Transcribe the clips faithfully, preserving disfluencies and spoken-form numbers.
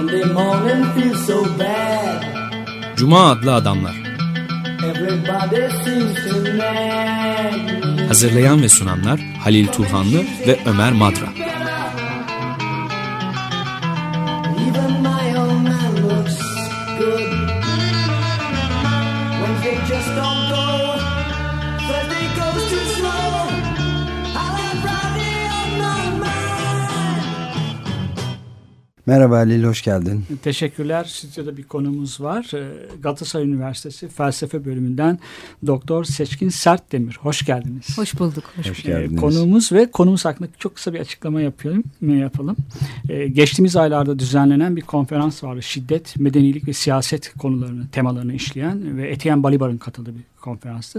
Cuma adlı adamlar. Hazırlayan ve sunanlar Halil Turhanlı ve Ömer Madra. Merhaba Halil, hoş geldin. Teşekkürler. Stüdyoda bir konumuz var. Galatasaray Üniversitesi Felsefe Bölümünden Doktor Seçkin Sertdemir. Hoş geldiniz. Hoş bulduk. Hoş, hoş geldiniz. Konuğumuz ve konumuz hakkında çok kısa bir açıklama yapalım. yapalım. Geçtiğimiz aylarda düzenlenen bir konferans vardı. Şiddet, medenilik ve siyaset konularını, temalarını işleyen ve Etienne Balibar'ın katıldığı bir konferanstı.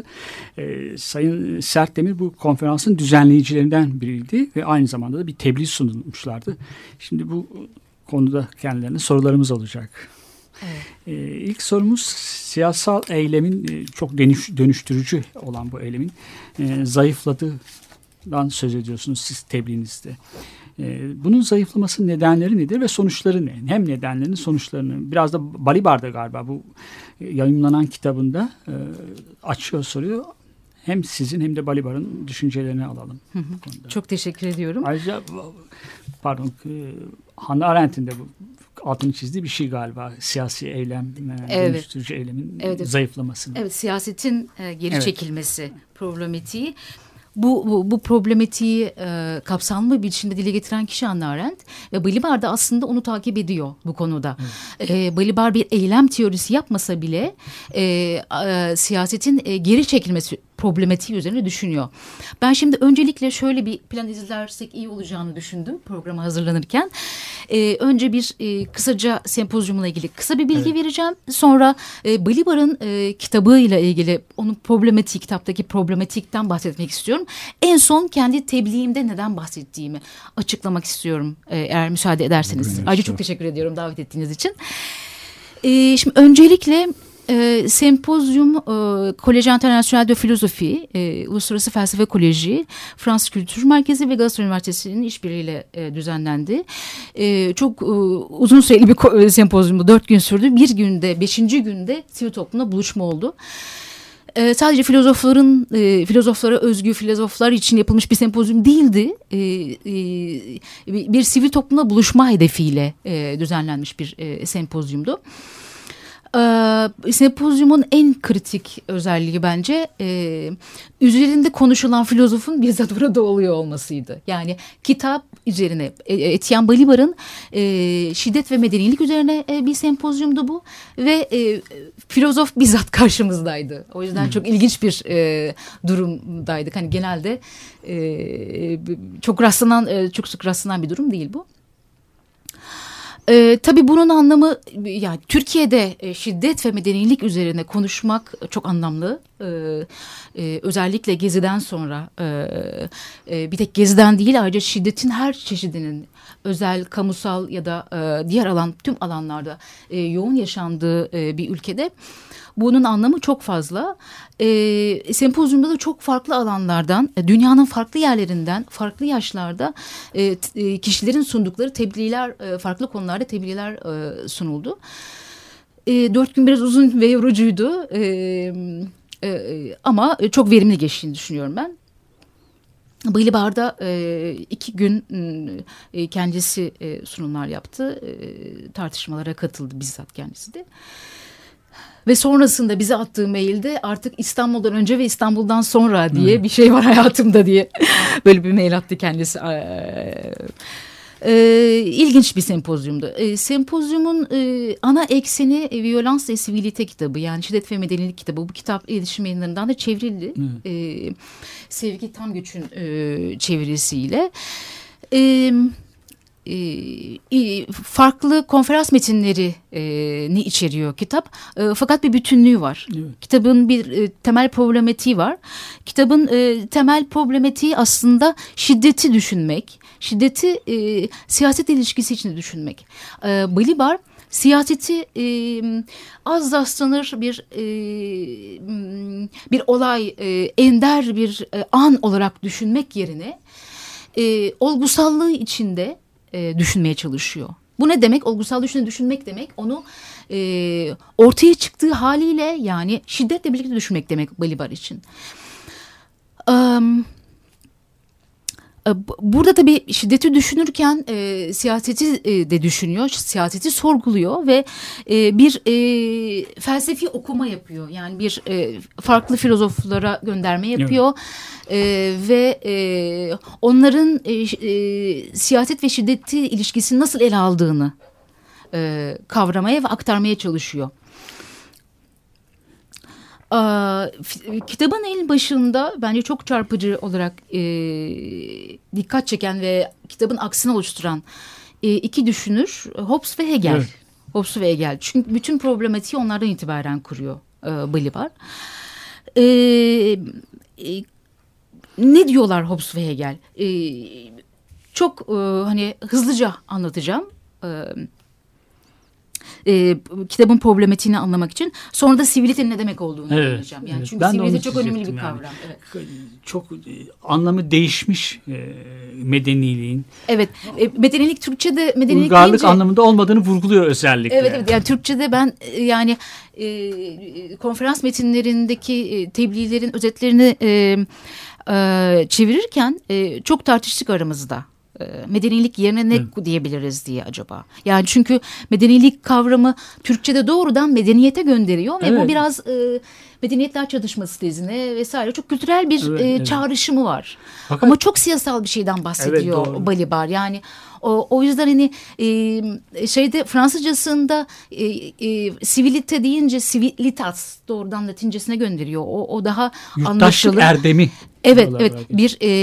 Sayın Sertdemir bu konferansın düzenleyicilerinden biriydi ve aynı zamanda da bir tebliğ sunulmuşlardı. Şimdi bu konuda kendilerine sorularımız olacak. Evet. Ee, ilk sorumuz siyasal eylemin e, çok dönüş, dönüştürücü olan bu eylemin e, zayıfladığından söz ediyorsunuz siz tebliğinizde. E, bunun zayıflamasının nedenleri nedir ve sonuçları ne? Hem nedenlerini sonuçlarını biraz da Balibar'da galiba bu e, yayımlanan kitabında e, açıyor soruyor. Hem sizin hem de Balibar'ın düşüncelerini alalım. Hı hı. Çok teşekkür ediyorum. Ayrıca pardon Hannah Arendt'in de bu altını çizdiği bir şey galiba. Siyasi eylem, evet. dönüştürücü eylemin evet. zayıflaması. Evet, siyasetin e, geri evet. çekilmesi problematiği. Bu, bu, bu problematiği e, kapsamlı bir biçimde dile getiren kişi Hannah Arendt ve Balibar da aslında onu takip ediyor bu konuda. Evet. E, Balibar bir eylem teorisi yapmasa bile e, e, siyasetin e, geri çekilmesi problematiği üzerine düşünüyor. Ben şimdi öncelikle şöyle bir plan izlersek iyi olacağını düşündüm programa hazırlanırken. Ee, önce bir e, kısaca sempozyumla ilgili kısa bir bilgi evet. vereceğim. Sonra e, Balibar'ın e, kitabıyla ilgili onun problematik, kitaptaki problematikten bahsetmek istiyorum. En son kendi tebliğimde neden bahsettiğimi açıklamak istiyorum e, eğer müsaade ederseniz. Buyurun, ayrıca çok teşekkür ediyorum davet ettiğiniz için. E, şimdi öncelikle E, sempozyum e, Collège International de Philosophie, e, Uluslararası Felsefe Koleji, Fransız Kültür Merkezi ve Galatasaray Üniversitesi'nin işbirliğiyle e, düzenlendi. E, çok e, uzun süreli bir e, sempozyumdu. Dört gün sürdü. Bir günde, beşinci günde sivil toplumla buluşma oldu. E, sadece filozofların, e, filozoflara özgü, filozoflar için yapılmış bir sempozyum değildi. E, e, bir sivil toplumla buluşma hedefiyle e, düzenlenmiş bir e, sempozyumdu. Ee, sempozyumun en kritik özelliği bence e, üzerinde konuşulan filozofun bizzat burada oluyor olmasıydı. Yani kitap üzerine Etienne Balibar'ın e, şiddet ve medenilik üzerine e, bir sempozyumdu bu ve e, filozof bizzat karşımızdaydı. O yüzden hmm. çok ilginç bir e, durumdaydık. Hani genelde e, çok rastlanan, e, çok sık rastlanan bir durum değil bu. Ee, tabii bunun anlamı yani Türkiye'de e, şiddet ve medenilik üzerine konuşmak çok anlamlı. Ee, e, özellikle Gezi'den sonra e, e, bir tek Gezi'den değil ayrıca şiddetin her çeşidinin özel, kamusal ya da e, diğer alan tüm alanlarda e, yoğun yaşandığı e, bir ülkede. Bunun anlamı çok fazla. E, sempozyumda da çok farklı alanlardan, dünyanın farklı yerlerinden, farklı yaşlarda e, t, kişilerin sundukları tebliğler, e, farklı konularda tebliğler e, sunuldu. E, dört gün biraz uzun ve yorucuydu e, e, ama çok verimli geçtiğini düşünüyorum ben. Balibar'da e, iki gün e, kendisi e, sunumlar yaptı, e, tartışmalara katıldı bizzat kendisi de. Ve sonrasında bize attığı mailde artık İstanbul'dan önce ve İstanbul'dan sonra diye hmm. bir şey var hayatımda diye böyle bir mail attı kendisi. Ee, e, ilginç bir sempozyumdu. E, sempozyumun e, ana ekseni e, Violence et Civilité kitabı, yani şiddet ve medenilik kitabı. Bu kitap iletişim yayınlarından da çevrildi. Hmm. E, Sevgi Tamgüç'ün e, çevirisiyle. Evet. E, farklı konferans metinlerini içeriyor kitap. E, fakat bir bütünlüğü var. Evet. Kitabın bir e, temel problematiği var. Kitabın e, temel problematiği aslında şiddeti düşünmek, şiddeti e, siyaset ilişkisi içinde düşünmek. E, Balibar siyaseti e, az rastlanır bir e, bir olay, e, ender bir e, an olarak düşünmek yerine e, olgusallığı içinde e, düşünmeye çalışıyor. Bu ne demek? Olgusal düşünce düşünmek demek. Onu e, ortaya çıktığı haliyle yani şiddetle birlikte düşünmek demek Balibar için. Um, Burada tabii şiddeti düşünürken e, siyaseti e, de düşünüyor, siyaseti sorguluyor ve e, bir e, felsefi okuma yapıyor. Yani bir e, farklı filozoflara gönderme yapıyor e, ve e, onların e, e, siyaset ve şiddeti ilişkisini nasıl ele aldığını e, kavramaya ve aktarmaya çalışıyor. Ee, kitabın en başında bence çok çarpıcı olarak e, dikkat çeken ve kitabın aksini oluşturan e, iki düşünür Hobbes ve Hegel. Evet. Hobbes ve Hegel. Çünkü bütün problematiği onlardan itibaren kuruyor e, Balibar. E, e, ne diyorlar Hobbes ve Hegel? E, çok e, hani hızlıca anlatacağım. Evet. E, kitabın problematiğini anlamak için. Sonra da sivilitenin ne demek olduğunu evet, anlayacağım. Yani evet. Çünkü ben sivilite çok önemli bir kavram. Yani. Evet. Çok e, anlamı değişmiş e, medeniliğin. Evet. E, medenilik Türkçe'de medenilik uygarlık deyince, anlamında olmadığını vurguluyor özellikle. Evet evet. Yani Türkçe'de ben e, yani e, konferans metinlerindeki e, tebliğlerin özetlerini e, e, çevirirken e, çok tartıştık aramızda. Medenilik yerine ne evet. diyebiliriz diye acaba? Yani çünkü medenilik kavramı Türkçe'de doğrudan medeniyete gönderiyor ve evet. bu biraz e, medeniyetler çatışması tezine vesaire çok kültürel bir evet, e, evet. çağrışımı var. Fakat, ama çok siyasal bir şeyden bahsediyor evet, Balibar. Yani o, o yüzden hani e, şeyde Fransızcasında e, e, civilite deyince civilitas doğrudan Latincesine gönderiyor. O, o daha yurttaşlık anlaşılır. erdemi. Evet evet belki. bir e,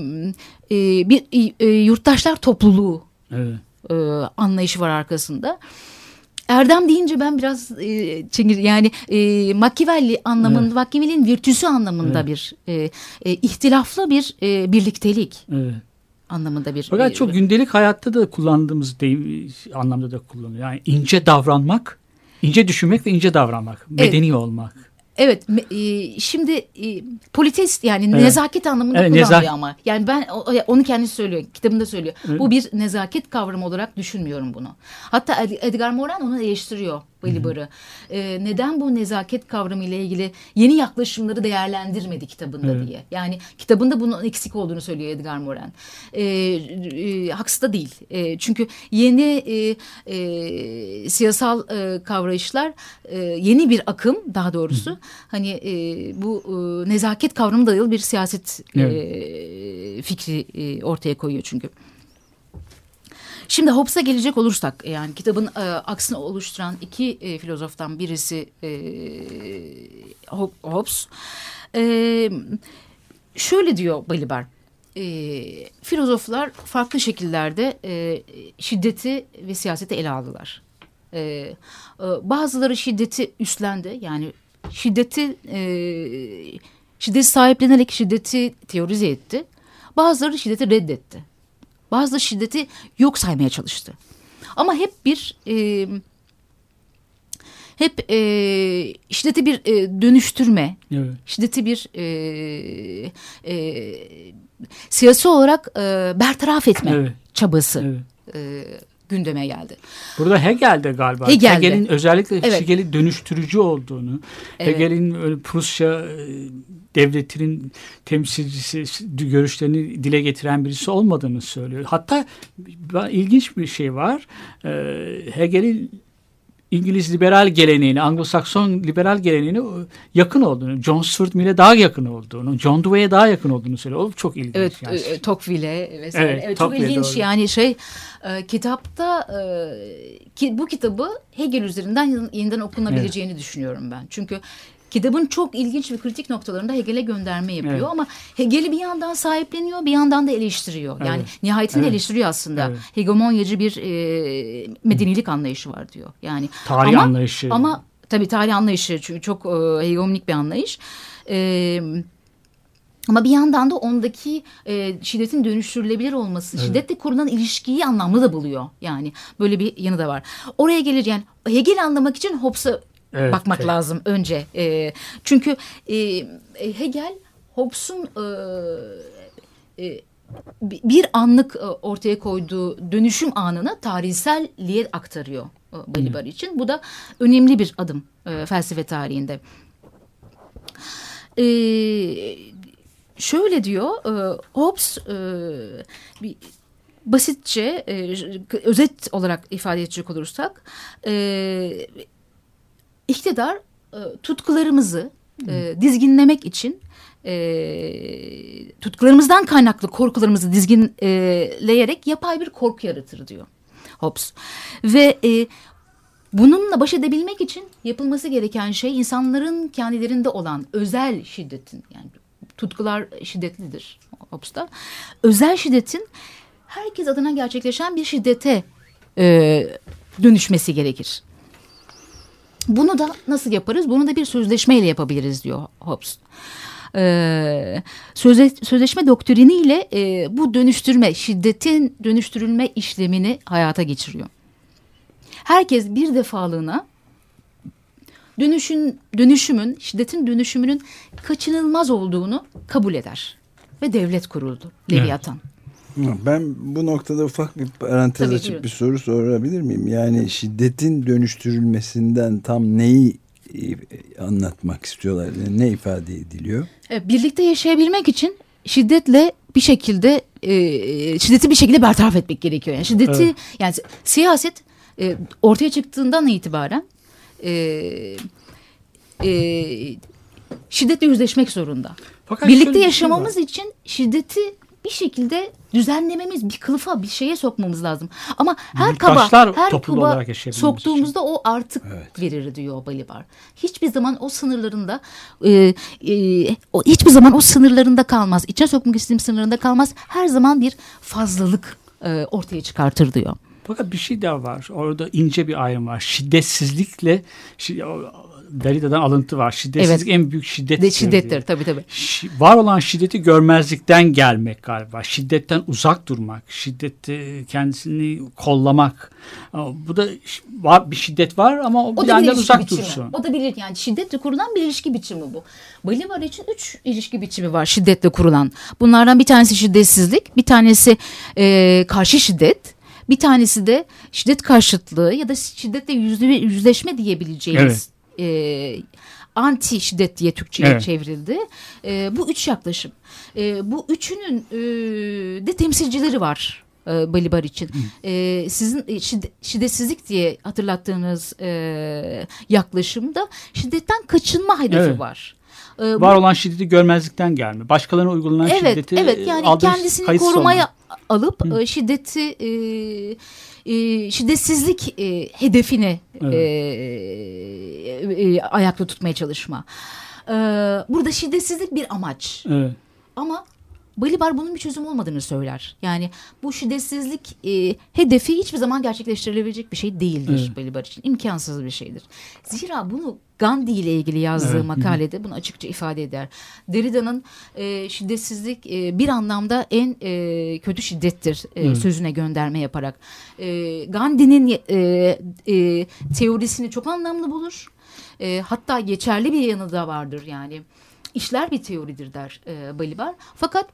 e, bir e, yurttaşlar topluluğu evet. e, anlayışı var arkasında. Erdem deyince ben biraz e, çengir yani e, Machiavelli anlamında evet. Machiavelli'nin virtüsü anlamında evet. bir e, e, ihtilaflı bir e, birliktelik evet. anlamında bir. Fakat e, çok gündelik hayatta da kullandığımız deyim, anlamda da kullanılıyor. Yani ince davranmak, ince düşünmek ve ince davranmak, evet. medeni olmak. Evet, e, şimdi e, polites yani evet. nezaket anlamında evet, kullanılıyor nezak- ama. Yani ben onu kendisi söylüyor, kitabında söylüyor. Evet. Bu bir nezaket kavramı olarak düşünmüyorum bunu. Hatta Edgar Morin onu eleştiriyor Balibar'ı. E, neden bu nezaket kavramı ile ilgili yeni yaklaşımları değerlendirmedi kitabında evet. diye. Yani kitabında bunun eksik olduğunu söylüyor Edgar Morin. E, e, haksız da değil. E, çünkü yeni e, e, siyasal e, kavrayışlar e, yeni bir akım daha doğrusu. Hı. Hani e, bu e, nezaket kavramı dayalı bir siyaset evet. e, fikri e, ortaya koyuyor çünkü. Şimdi Hobbes'a gelecek olursak yani kitabın e, aksini oluşturan iki e, filozoftan birisi e, Hobbes. E, şöyle diyor Balibar. E, filozoflar farklı şekillerde e, şiddeti ve siyaseti ele aldılar. E, e, bazıları şiddeti üstlendi yani şiddeti e, şiddeti sahiplenerek şiddeti teorize etti. Bazıları şiddeti reddetti. Bazıları şiddeti yok saymaya çalıştı. Ama hep bir e, hep e, şiddeti bir e, dönüştürme, evet. şiddeti bir e, e, siyasi olarak e, bertaraf etme evet. çabası evet. E, gündeme geldi. Burada Hegel'de galiba. Hegel'de. Hegel'in özellikle evet. Hegel'in dönüştürücü olduğunu, evet. Hegel'in Prusya devletinin temsilcisi görüşlerini dile getiren birisi olmadığını söylüyor. Hatta ilginç bir şey var. Hegel'in İngiliz liberal geleneğine, Anglo-Sakson liberal geleneğine yakın olduğunu, John Stuart Mill'e daha yakın olduğunu, John Dewey'e daha yakın olduğunu söylüyor. O çok ilginç. Evet, yani. e, Tocqueville'e vesaire. Evet, evet, çok ilginç doğru. Yani şey e, kitapta e, ki, bu kitabı Hegel üzerinden yeniden okunabileceğini evet. düşünüyorum ben. Çünkü kitabın çok ilginç ve kritik noktalarında Hegel'e gönderme yapıyor evet. ama Hegel'i bir yandan sahipleniyor, bir yandan da eleştiriyor. Yani evet. nihayetinde evet. eleştiriyor aslında. Evet. Hegemonyacı bir e, medenilik anlayışı var diyor. Yani tarih ama, anlayışı. Ama tabii tarih anlayışı çünkü çok e, hegemonik bir anlayış. E, ama bir yandan da ondaki e, şiddetin dönüştürülebilir olması, evet. şiddetle kurulan ilişkiyi anlamlı da buluyor. Yani böyle bir yanı da var. Oraya gelir yani Hegel'i anlamak için Hobbes'a evet, bakmak evet. lazım önce. E, çünkü e, Hegel Hobbes'un e, e, bir anlık ortaya koyduğu dönüşüm anını tarihselliğe aktarıyor Balibar hmm. için. Bu da önemli bir adım e, felsefe tarihinde. E, şöyle diyor e, Hobbes e, bir, basitçe e, özet olarak ifade edecek olursak e, iktidar e, tutkularımızı e, dizginlemek için E, tutkularımızdan kaynaklı korkularımızı dizginleyerek yapay bir korku yaratır diyor Hobbes. Ve e, bununla baş edebilmek için yapılması gereken şey insanların kendilerinde olan özel şiddetin, yani tutkular şiddetlidir Hobbes'ta. Özel şiddetin herkes adına gerçekleşen bir şiddete e, dönüşmesi gerekir. Bunu da nasıl yaparız? Bunu da bir sözleşmeyle yapabiliriz diyor Hobbes. Ee, söze, sözleşme doktriniyle e, bu dönüştürme, şiddetin dönüştürülme işlemini hayata geçiriyor. Herkes bir defalığına dönüşün, dönüşümün, şiddetin dönüşümünün kaçınılmaz olduğunu kabul eder. Ve devlet kuruldu. Leviathan. Evet. Ben bu noktada ufak bir parantez Tabii, açıp buyurun. bir soru sorabilir miyim? Yani şiddetin dönüştürülmesinden tam neyi anlatmak istiyorlar? Ne ifade ediliyor? Birlikte yaşayabilmek için şiddetle bir şekilde e, şiddeti bir şekilde bertaraf etmek gerekiyor. Yani şiddeti evet. yani siyaset e, ortaya çıktığından itibaren e, e, şiddetle yüzleşmek zorunda. Fakat birlikte yaşamamız şey için şiddeti bir şekilde düzenlememiz, bir kılıfa, bir şeye sokmamız lazım. Ama her kaba, her kaba soktuğumuzda için. O artık evet. verir diyor Balibar. Hiçbir zaman o sınırlarında, e, e, o, hiçbir zaman o sınırlarında kalmaz. İçine sokmak istediğim sınırlarında kalmaz. Her zaman bir fazlalık e, ortaya çıkartır diyor. Fakat bir şey daha var. Orada ince bir ayrım var. Şiddetsizlikle Derrida'dan alıntı var. Şiddetsizlik evet. en büyük şiddettir. Şiddettir tabii tabii. Var olan şiddeti görmezlikten gelmek galiba. Şiddetten uzak durmak. Şiddeti kendisini kollamak. Bu da var, bir şiddet var ama o bir yandan uzak biçimi. dursun. O da bilir yani şiddetle kurulan bir ilişki biçimi bu. Balibar için üç ilişki biçimi var şiddetle kurulan. Bunlardan bir tanesi şiddetsizlik, bir tanesi e, karşı şiddet. Bir tanesi de şiddet karşıtlığı ya da şiddetle yüzde, yüzleşme diyebileceğimiz evet. E, anti şiddet diye Türkçe'ye evet. çevrildi. E, bu üç yaklaşım. E, bu üçünün e, de temsilcileri var e, Balibar için. E, sizin şiddet, şiddetsizlik diye hatırlattığınız e, yaklaşımda şiddetten kaçınma hedefi evet. var. E, var bu, olan şiddeti görmezlikten gelme. Başkalarına uygulanan evet, şiddeti evet, yani kendisini korumaya olma. alıp Hı. şiddeti e, e, şiddetsizlik e, hedefini evet. e, e, ayakta tutmaya çalışma. E, burada şiddetsizlik bir amaç. Evet. Ama Balibar bunun bir çözüm olmadığını söyler. Yani bu şiddetsizlik e, hedefi hiçbir zaman gerçekleştirilebilecek bir şey değildir evet. Balibar için. İmkansız bir şeydir. Zira bunu Gandhi ile ilgili yazdığı evet. makalede bunu açıkça ifade eder. Derrida'nın e, şiddetsizlik e, bir anlamda en e, kötü şiddettir e, evet. sözüne gönderme yaparak. E, Gandhi'nin e, e, teorisini çok anlamlı bulur. E, hatta geçerli bir yanı da vardır yani. İşler bir teoridir der e, Balibar. Fakat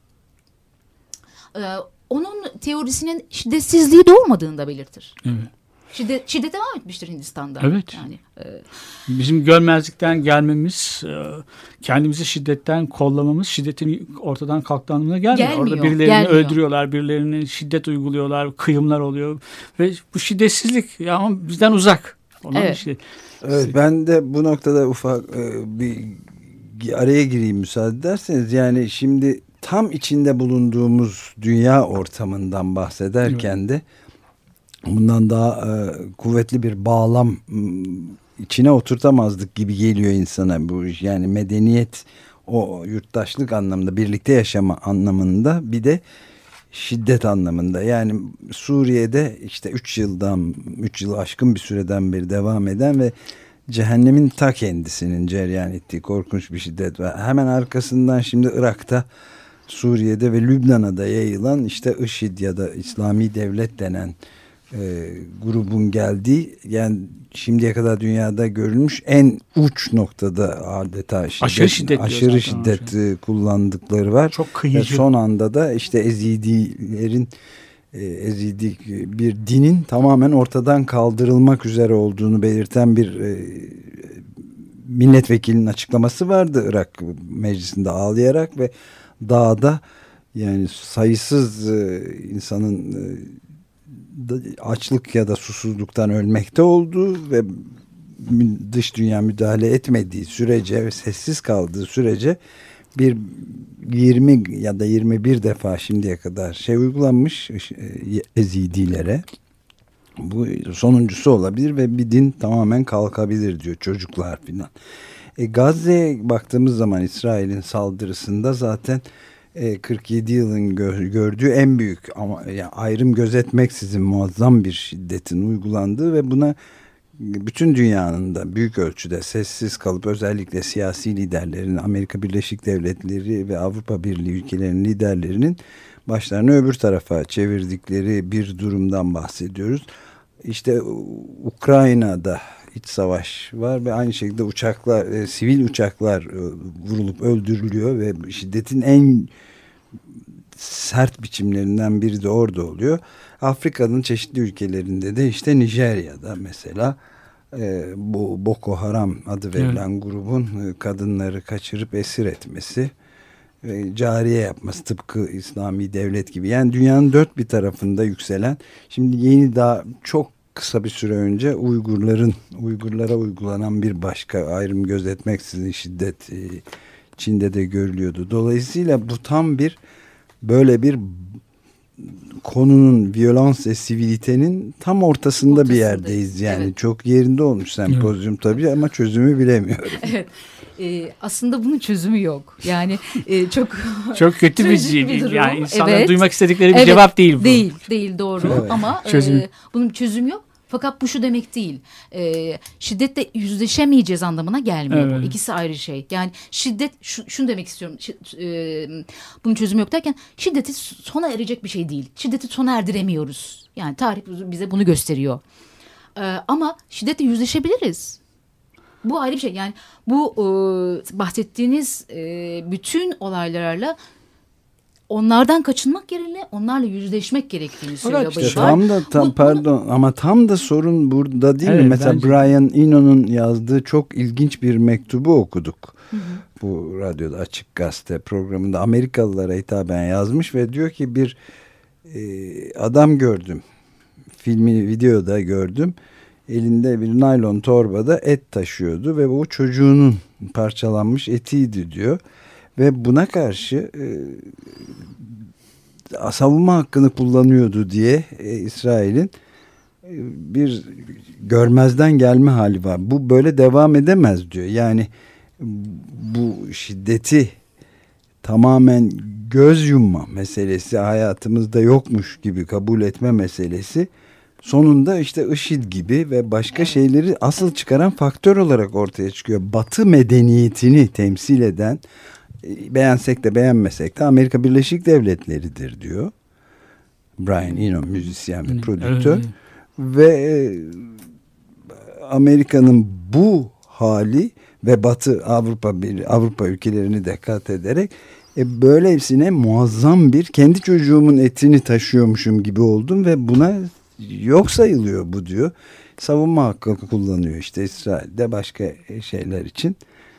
e, onun teorisinin şiddetsizliği de olmadığını da belirtir. Evet. Şiddet, şiddet devam etmiştir Hindistan'da. Evet. Yani, e, bizim görmezlikten gelmemiz, e, kendimizi şiddetten kollamamız, şiddetin ortadan kalktığı anlamına gelmiyor. Gelmiyor, Orada birilerini gelmiyor. öldürüyorlar, birilerini şiddet uyguluyorlar, kıyımlar oluyor ve bu şiddetsizlik ya ama bizden uzak. Onun evet. Şey, evet. Ben de bu noktada ufak e, bir araya gireyim müsaade ederseniz. Yani şimdi tam içinde bulunduğumuz dünya ortamından bahsederken evet. de bundan daha e, kuvvetli bir bağlam içine oturtamazdık gibi geliyor insana. Bu yani medeniyet, o yurttaşlık anlamında, birlikte yaşama anlamında, bir de şiddet anlamında. Yani Suriye'de işte üç yıldan üç yıl aşkın bir süreden beri devam eden ve cehennemin ta kendisinin cereyan ettiği korkunç bir şiddet var. Hemen arkasından şimdi Irak'ta, Suriye'de ve Lübnan'a da yayılan işte IŞİD ya da İslami Devlet denen e, grubun geldiği, yani şimdiye kadar dünyada görülmüş en uç noktada adeta şiddet, aşırı şiddet, aşırı şiddet e, kullandıkları var. Çok kıyıcı. Ve son anda da işte Ezidilerin e, Ezidi bir dinin tamamen ortadan kaldırılmak üzere olduğunu belirten bir e, milletvekilinin açıklaması vardı Irak meclisinde, ağlayarak ve dağda yani sayısız e, insanın e, açlık ya da susuzluktan ölmekte olduğu ve dış dünya müdahale etmediği sürece ve sessiz kaldığı sürece bir yirmi ya da yirmi bir defa şimdiye kadar şey uygulanmış Ezidilere. Bu sonuncusu olabilir ve bir din tamamen kalkabilir diyor, çocuklar filan. E, Gazze'ye baktığımız zaman İsrail'in saldırısında zaten e, kırk yedi yılın gö gördüğü en büyük ama yani ayrım gözetmeksizin muazzam bir şiddetin uygulandığı ve buna bütün dünyanın da büyük ölçüde sessiz kalıp özellikle siyasi liderlerin, Amerika Birleşik Devletleri ve Avrupa Birliği ülkelerinin liderlerinin başlarını öbür tarafa çevirdikleri bir durumdan bahsediyoruz. İşte Ukrayna'da iç savaş var ve aynı şekilde uçaklar, e, sivil uçaklar e, vurulup öldürülüyor ve şiddetin en sert biçimlerinden biri de orada oluyor. Afrika'nın çeşitli ülkelerinde de işte Nijerya'da mesela e, bu Boko Haram adı verilen evet. grubun e, kadınları kaçırıp esir etmesi ve cariye yapması, tıpkı İslami devlet gibi. Yani dünyanın dört bir tarafında yükselen, şimdi yeni daha çok kısa bir süre önce Uygurların Uygurlara uygulanan bir başka ayrım gözetmeksizin şiddet e, Çin'de de görülüyordu. Dolayısıyla bu tam bir böyle bir konunun, violans ve sivilitenin tam ortasında, ortasında bir yerdeyiz. Yani evet. Çok yerinde olmuş sempozyum evet. tabii ama çözümü bilemiyorum. Evet. Ee, aslında bunun çözümü yok. Yani e, çok çok kötü bir şey. Yani insanların evet. duymak istedikleri bir evet. cevap değil bu. Değil, değil doğru evet. ama e, bunun çözümü yok. Fakat bu şu demek değil. E, şiddetle yüzleşemeyeceğiz anlamına gelmiyor. Evet. Bu. İkisi ayrı şey. Yani şiddet, şu, şunu demek istiyorum. Ş, e, bunun çözümü yok derken şiddeti sona erecek bir şey değil. Şiddeti sona erdiremiyoruz. Yani tarih bize bunu gösteriyor. E, ama şiddetle yüzleşebiliriz. Bu ayrı bir şey. Yani bu e, bahsettiğiniz e, bütün olaylarla onlardan kaçınmak yerine onlarla yüzleşmek gerektiğini söylüyor. İşte tam da tam bu, pardon bunu... ama tam da sorun burada değil evet, mi? Mesela bence... Brian Eno'nun yazdığı çok ilginç bir mektubu okuduk. Hı hı. Bu radyoda Açık Gazete programında Amerikalılara hitaben yazmış ve diyor ki bir e, adam gördüm. Filmi videoda gördüm. Elinde bir naylon torbada et taşıyordu ve o çocuğunun parçalanmış etiydi diyor. Ve buna karşı e, savunma hakkını kullanıyordu diye e, İsrail'in e, bir görmezden gelme hali var. Bu böyle devam edemez diyor. Yani bu şiddeti tamamen göz yumma meselesi, hayatımızda yokmuş gibi kabul etme meselesi sonunda işte IŞİD gibi ve başka şeyleri asıl çıkaran faktör olarak ortaya çıkıyor. Batı medeniyetini temsil eden, beğensek de beğenmesek de Amerika Birleşik Devletleri'dir diyor Brian Eno, müzisyen ve prodüktör. Evet. Ve e, Amerika'nın bu hali ve Batı Avrupa Avrupa ülkelerini de kat ederek e, böylesine muazzam bir kendi çocuğumun etini taşıyormuşum gibi oldum ve buna yok sayılıyor bu diyor. Savunma hakkı kullanıyor işte İsrail'de başka şeyler için.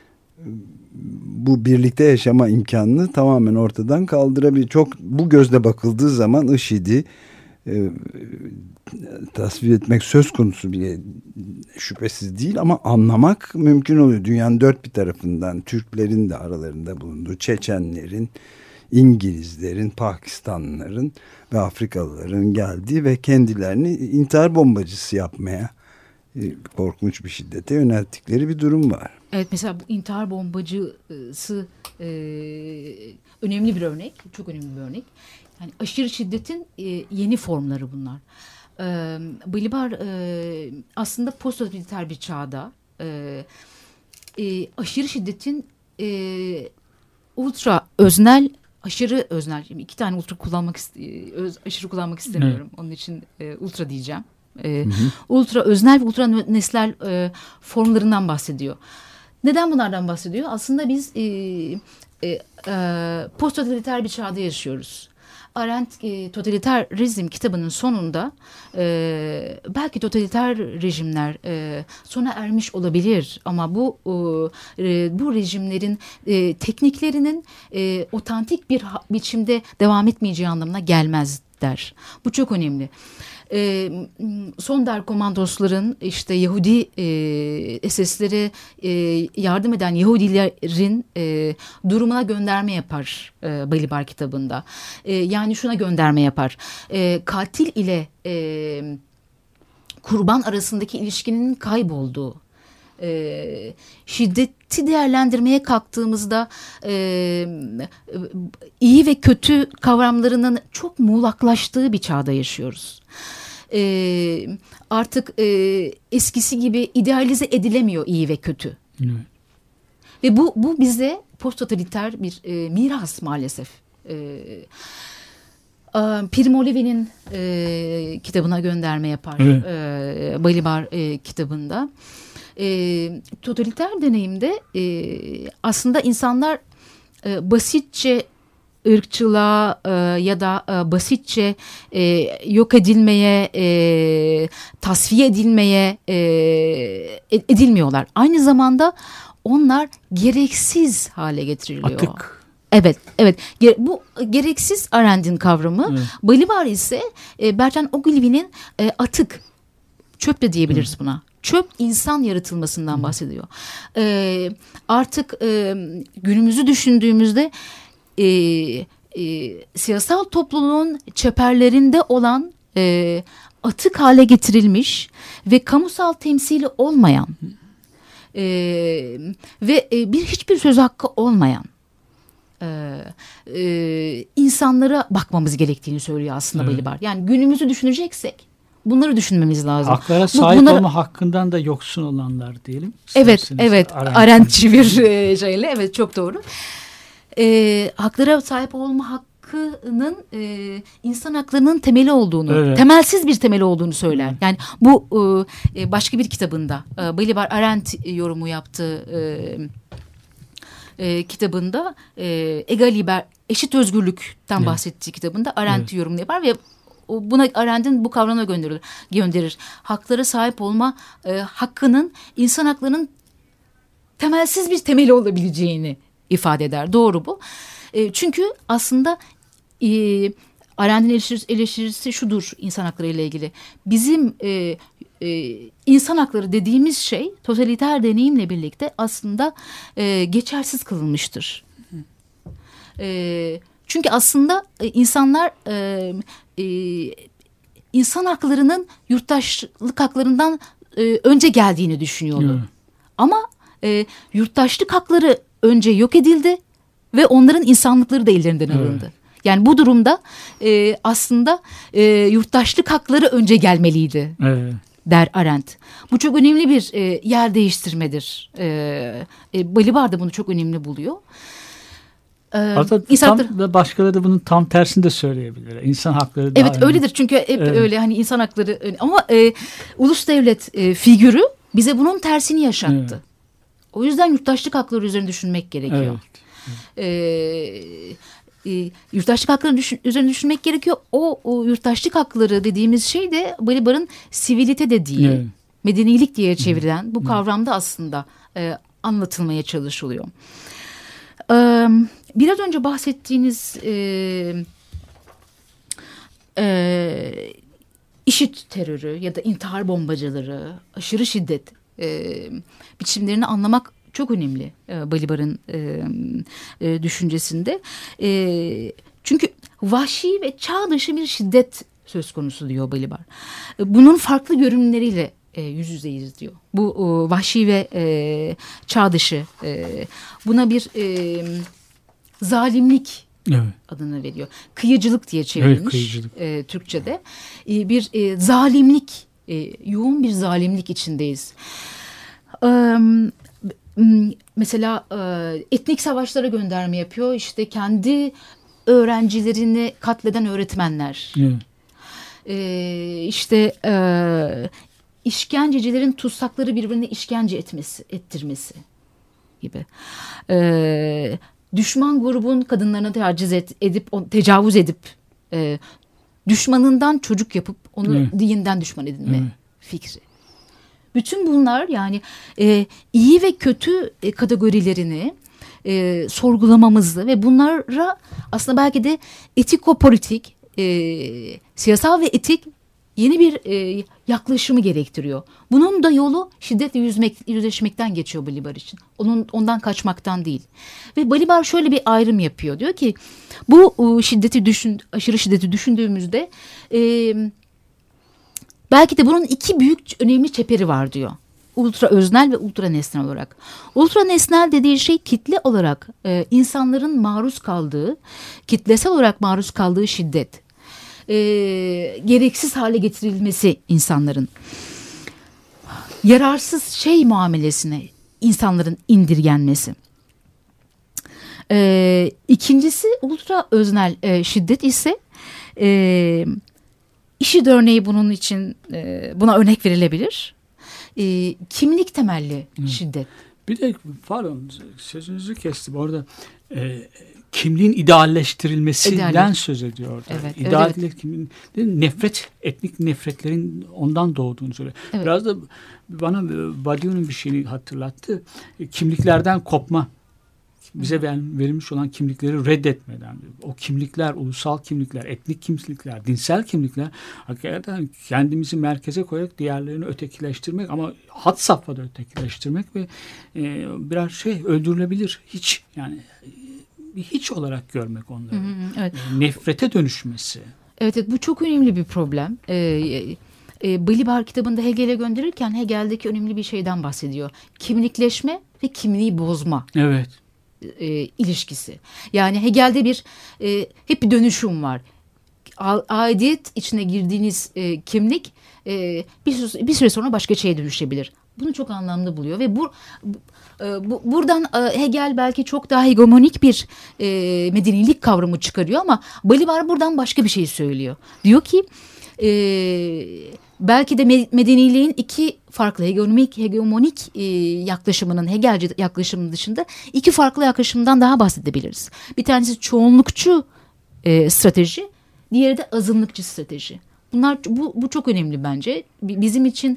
Bu birlikte yaşama imkanını tamamen ortadan kaldırabilir. Çok bu gözle bakıldığı zaman IŞİD'i e, tasvir etmek söz konusu bile şüphesiz değil ama anlamak mümkün oluyor. Dünyanın dört bir tarafından Türklerin de aralarında bulunduğu, Çeçenlerin, İngilizlerin, Pakistanlıların ve Afrikalıların geldiği ve kendilerini intihar bombacısı yapmaya e, korkunç bir şiddete yönelttikleri bir durum var. Evet, mesela bu intihar bombacısı e, önemli bir örnek, çok önemli bir örnek. Yani aşırı şiddetin e, yeni formları bunlar. E, Balibar e, aslında posttotaliter bir çağda e, e, aşırı şiddetin e, ultra öznel aşırı öznel. Şimdi iki tane ultra kullanmak öz, aşırı kullanmak istemiyorum. Evet. Onun için e, ultra diyeceğim. E, hı hı. Ultra öznel ve ultra nesnel e, formlarından bahsediyor. Neden bunlardan bahsediyor? Aslında biz e, e, e, post-totaliter bir çağda yaşıyoruz. Arendt e, Totalitarizm kitabının sonunda e, belki totaliter rejimler e, sona ermiş olabilir ama bu e, bu rejimlerin e, tekniklerinin e, otantik bir biçimde devam etmeyeceği anlamına gelmez der. Bu çok önemli. E, Sonderkommandosların işte Yahudi e, S S'lere e, yardım eden Yahudilerin e, durumuna gönderme yapar e, Balibar kitabında. E, yani şuna gönderme yapar. E, katil ile e, kurban arasındaki ilişkinin kaybolduğu, e, şiddeti değerlendirmeye kalktığımızda e, iyi ve kötü kavramlarının çok muğlaklaştığı bir çağda yaşıyoruz. E, artık e, eskisi gibi idealize edilemiyor iyi ve kötü. Evet. Ve bu bu bize posttotaliter bir e, miras maalesef. E, e, Primo Levi'nin e, kitabına gönderme yapar. Evet. E, Balibar e, kitabında. E, totaliter deneyimde e, aslında insanlar e, basitçe ırkçılığa e, ya da e, basitçe e, yok edilmeye, e, tasfiye edilmeye e, edilmiyorlar. Aynı zamanda onlar gereksiz hale getiriliyor. Atık. Evet, evet. Bu gereksiz Arendt'in kavramı. Evet. Balibar ise e, Bertrand Ogilvy'nin e, atık, çöp de diyebiliriz, evet, buna. Çöp insan yaratılmasından, hmm, bahsediyor. E, artık e, günümüzü düşündüğümüzde e, e, siyasal topluluğun çeperlerinde olan e, atık hale getirilmiş ve kamusal temsili olmayan e, ve e, bir hiçbir söz hakkı olmayan e, e, insanlara bakmamız gerektiğini söylüyor aslında, evet, Balibar. Yani günümüzü düşüneceksek bunları düşünmemiz lazım. Haklara sahip Bunlar... olma hakkından da yoksun olanlar diyelim. Evet, evet. Arendtçi bir şeyle. Evet, çok doğru. Ee, haklara sahip olma hakkının e, insan haklarının temeli olduğunu, evet, temelsiz bir temeli olduğunu söyler. Evet. Yani bu e, başka bir kitabında e, Balibar Arendt yorumu yaptığı e, e, kitabında e, Egal Liber, eşit özgürlükten, evet, bahsettiği kitabında Arendt, evet, yorumunu yapar ve buna Arendt'in bu kavramına gönderir. gönderir. Haklara sahip olma e, hakkının insan haklarının temelsiz bir temeli olabileceğini ifade eder. Doğru bu. E, çünkü aslında e, Arendt'in eleştirisi, eleştirisi şudur insan hakları ile ilgili. Bizim e, e, insan hakları dediğimiz şey totaliter deneyimle birlikte aslında e, geçersiz kılınmıştır. E, çünkü aslında e, insanlar e, e, insan haklarının yurttaşlık haklarından e, önce geldiğini düşünüyordu. Hmm. Ama e, yurttaşlık hakları önce yok edildi ve onların insanlıkları da ellerinden alındı. Evet. Yani bu durumda e, aslında e, yurttaşlık hakları önce gelmeliydi, evet, der Arendt. Bu çok önemli bir e, yer değiştirmedir. E, e, Balibar da bunu çok önemli buluyor. Hatta İnsan tam da başkaları da bunun tam tersini de söyleyebilir. İnsan hakları daha evet önemli. Öyledir çünkü hep evet, öyle hani insan hakları ama e, ulus devlet e, figürü bize bunun tersini yaşattı. Evet. O yüzden yurttaşlık hakları üzerine düşünmek gerekiyor. Evet. E, e, yurttaşlık hakları düşün, üzerine düşünmek gerekiyor. O, o yurttaşlık hakları dediğimiz şey de Balibar'ın sivilite dediği, evet, medenilik diye çevrilen bu kavramda aslında e, anlatılmaya çalışılıyor. E, Biraz önce bahsettiğiniz e, e, IŞİD terörü ya da intihar bombacıları, aşırı şiddet e, biçimlerini anlamak çok önemli e, Balibar'ın e, e, düşüncesinde. E, çünkü vahşi ve çağ dışı bir şiddet söz konusu diyor Balibar. E, bunun farklı görünümleriyle e, yüz yüzeyiz diyor. Bu o, vahşi ve e, çağ dışı e, buna bir e, zalimlik, evet, adını veriyor. Kıyıcılık diye çevrilmiş, evet, e, Türkçe'de. E, bir e, zalimlik, e, yoğun bir zalimlik içindeyiz. E, mesela e, etnik savaşlara gönderme yapıyor. İşte kendi öğrencilerini katleden öğretmenler. Evet. Ee, işte e, işkencecilerin tutsakları birbirine işkence etmesi, ettirmesi gibi. Ee, düşman grubun kadınlarına taciz et, edip, on, tecavüz edip e, düşmanından çocuk yapıp onu evet. dininden düşman edinme evet. fikri. Bütün bunlar yani e, iyi ve kötü e, kategorilerini e, sorgulamamızı ve bunlara aslında belki de etikopolitik, e, siyasal ve etik yeni bir e, yaklaşımı gerektiriyor. Bunun da yolu şiddetle yüzmek, yüzleşmekten geçiyor Balibar için. Onun ondan kaçmaktan değil. Ve Balibar şöyle bir ayrım yapıyor. Diyor ki bu o, şiddeti düşün, aşırı şiddeti düşündüğümüzde e, belki de bunun iki büyük önemli çeperi var diyor. Ultra öznel ve ultra nesnel olarak. Ultra nesnel dediği şey kitle olarak e, insanların maruz kaldığı, kitlesel olarak maruz kaldığı şiddet. E, gereksiz hale getirilmesi insanların. Yararsız şey muamelesine insanların indirgenmesi. E, ikincisi ultra öznel e, şiddet ise e, IŞİD örneği bunun için e, buna örnek verilebilir. E, kimlik temelli Hı. şiddet. Bir de pardon sözünüzü kestim orada e, kimliğin idealleştirilmesinden İdeal. söz ediyor orada. Evet, İdeal evet. kimliğin, nefret, etnik nefretlerin ondan doğduğunu söylüyor. Evet. Biraz da bana Badiou'nun bir şeyini hatırlattı. Kimliklerden kopma. Bize verilmiş olan kimlikleri reddetmeden, o kimlikler, ulusal kimlikler, etnik kimlikler, dinsel kimlikler hakikaten kendimizi merkeze koyarak diğerlerini ötekileştirmek ama had safhada ötekileştirmek ve e, birer şey öldürülebilir. Hiç yani bir hiç olarak görmek onları. Hı hı, evet. E, nefrete dönüşmesi. Evet, evet bu çok önemli bir problem. Ee, e, Balibar kitabında Hegel'e gönderirken Hegel'deki önemli bir şeyden bahsediyor. Kimlikleşme ve kimliği bozma. Evet. E, ilişkisi. Yani Hegel'de bir e, hep bir dönüşüm var. A, aidiyet içine girdiğiniz e, kimlik e, bir, süre, bir süre sonra başka şeye dönüşebilir. Bunu çok anlamlı buluyor ve bu, bu, bu buradan e, Hegel belki çok daha hegemonik bir e, medenilik kavramı çıkarıyor ama Balibar buradan başka bir şey söylüyor. Diyor ki e, belki de medeniliğin iki farklı hegemonik, hegemonik e, yaklaşımının, Hegelci yaklaşımının dışında iki farklı yaklaşımdan daha bahsedebiliriz. Bir tanesi çoğunlukçu e, strateji, diğeri de azınlıkçı strateji. Bunlar bu, bu çok önemli bence. Bizim için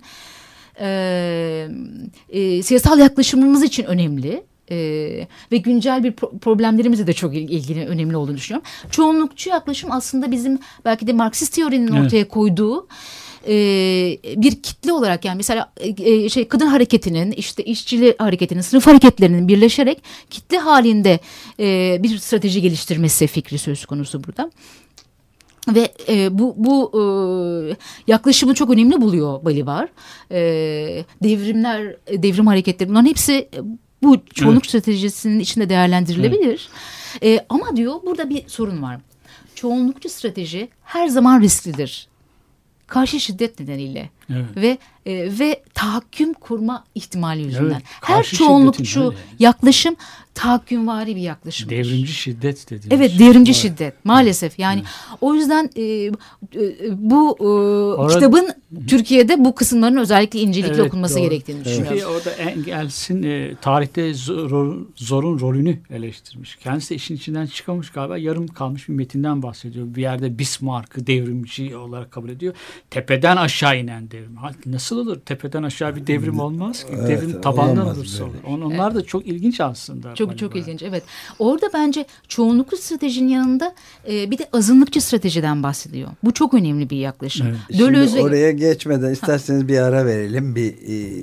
e, e, siyasal yaklaşımımız için önemli. Ee, ve güncel bir pro- problemlerimizle de çok ilgili önemli olduğunu düşünüyorum. Çoğunlukçu yaklaşım aslında bizim belki de Marksist teorinin evet. ortaya koyduğu e, bir kitle olarak yani mesela e, şey kadın hareketinin işte işçi hareketinin sınıf hareketlerinin birleşerek kitle halinde e, bir strateji geliştirmesi fikri söz konusu burada. Ve e, bu bu e, yaklaşımı çok önemli buluyor Balibar. E, devrimler, devrim hareketleri bunların hepsi bu çoğunluk evet. stratejisinin içinde değerlendirilebilir. Evet. E, ama diyor burada bir sorun var. Çoğunlukçu strateji her zaman risklidir. Karşı şiddet nedeniyle evet. ve e, ve tahakküm kurma ihtimali yüzünden. Evet, her çoğunlukçu yaklaşım tahakkümvari bir yaklaşım. Devrimci şiddet dediğimiz. Evet, devrimci var. şiddet maalesef. Yani evet. o yüzden e, e, bu e, orada, kitabın Türkiye'de bu kısımların özellikle incelikle evet, okunması doğru. gerektiğini evet. düşünüyorum. Çünkü orada Engels'in e, tarihte zor, zorun rolünü eleştirmiş. Kendisi de işin içinden çıkamış galiba. Yarım kalmış bir metinden bahsediyor. Bir yerde Bismarck'ı devrimci olarak kabul ediyor. Tepeden aşağı inen devrim. Nasıl olur? Tepeden aşağı bir devrim olmaz ki. Evet, devrim tabandan olursa olur. Onlar evet. da çok ilginç aslında. Çok çok ilginç. Evet. Orada bence çoğunluklu stratejinin yanında e, bir de azınlıkçı stratejiden bahsediyor. Bu çok önemli bir yaklaşım. Evet. Şimdi Dölöze... oraya geçmeden isterseniz ha. bir ara verelim. Bir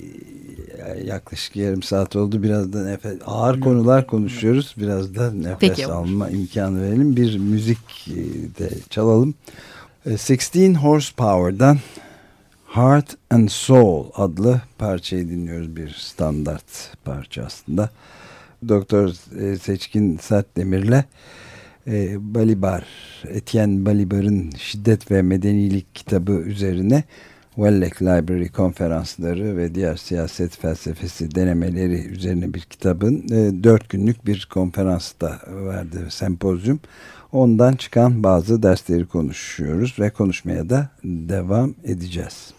e, yaklaşık yarım saat oldu. Biraz da nefes ağır evet. konular konuşuyoruz. Biraz da nefes Peki, alma olur. imkanı verelim. Bir müzik de çalalım. sixteen Horsepower'dan Heart and Soul adlı parçayı dinliyoruz. Bir standart parça aslında. Doktor Seçkin Sertdemir'le e, Balibar, Etienne Balibar'ın Şiddet ve Medenilik kitabı üzerine Wellek Library konferansları ve diğer siyaset felsefesi denemeleri üzerine bir kitabın e, dört günlük bir konferans da verdi, sempozyum. Ondan çıkan bazı dersleri konuşuyoruz ve konuşmaya da devam edeceğiz.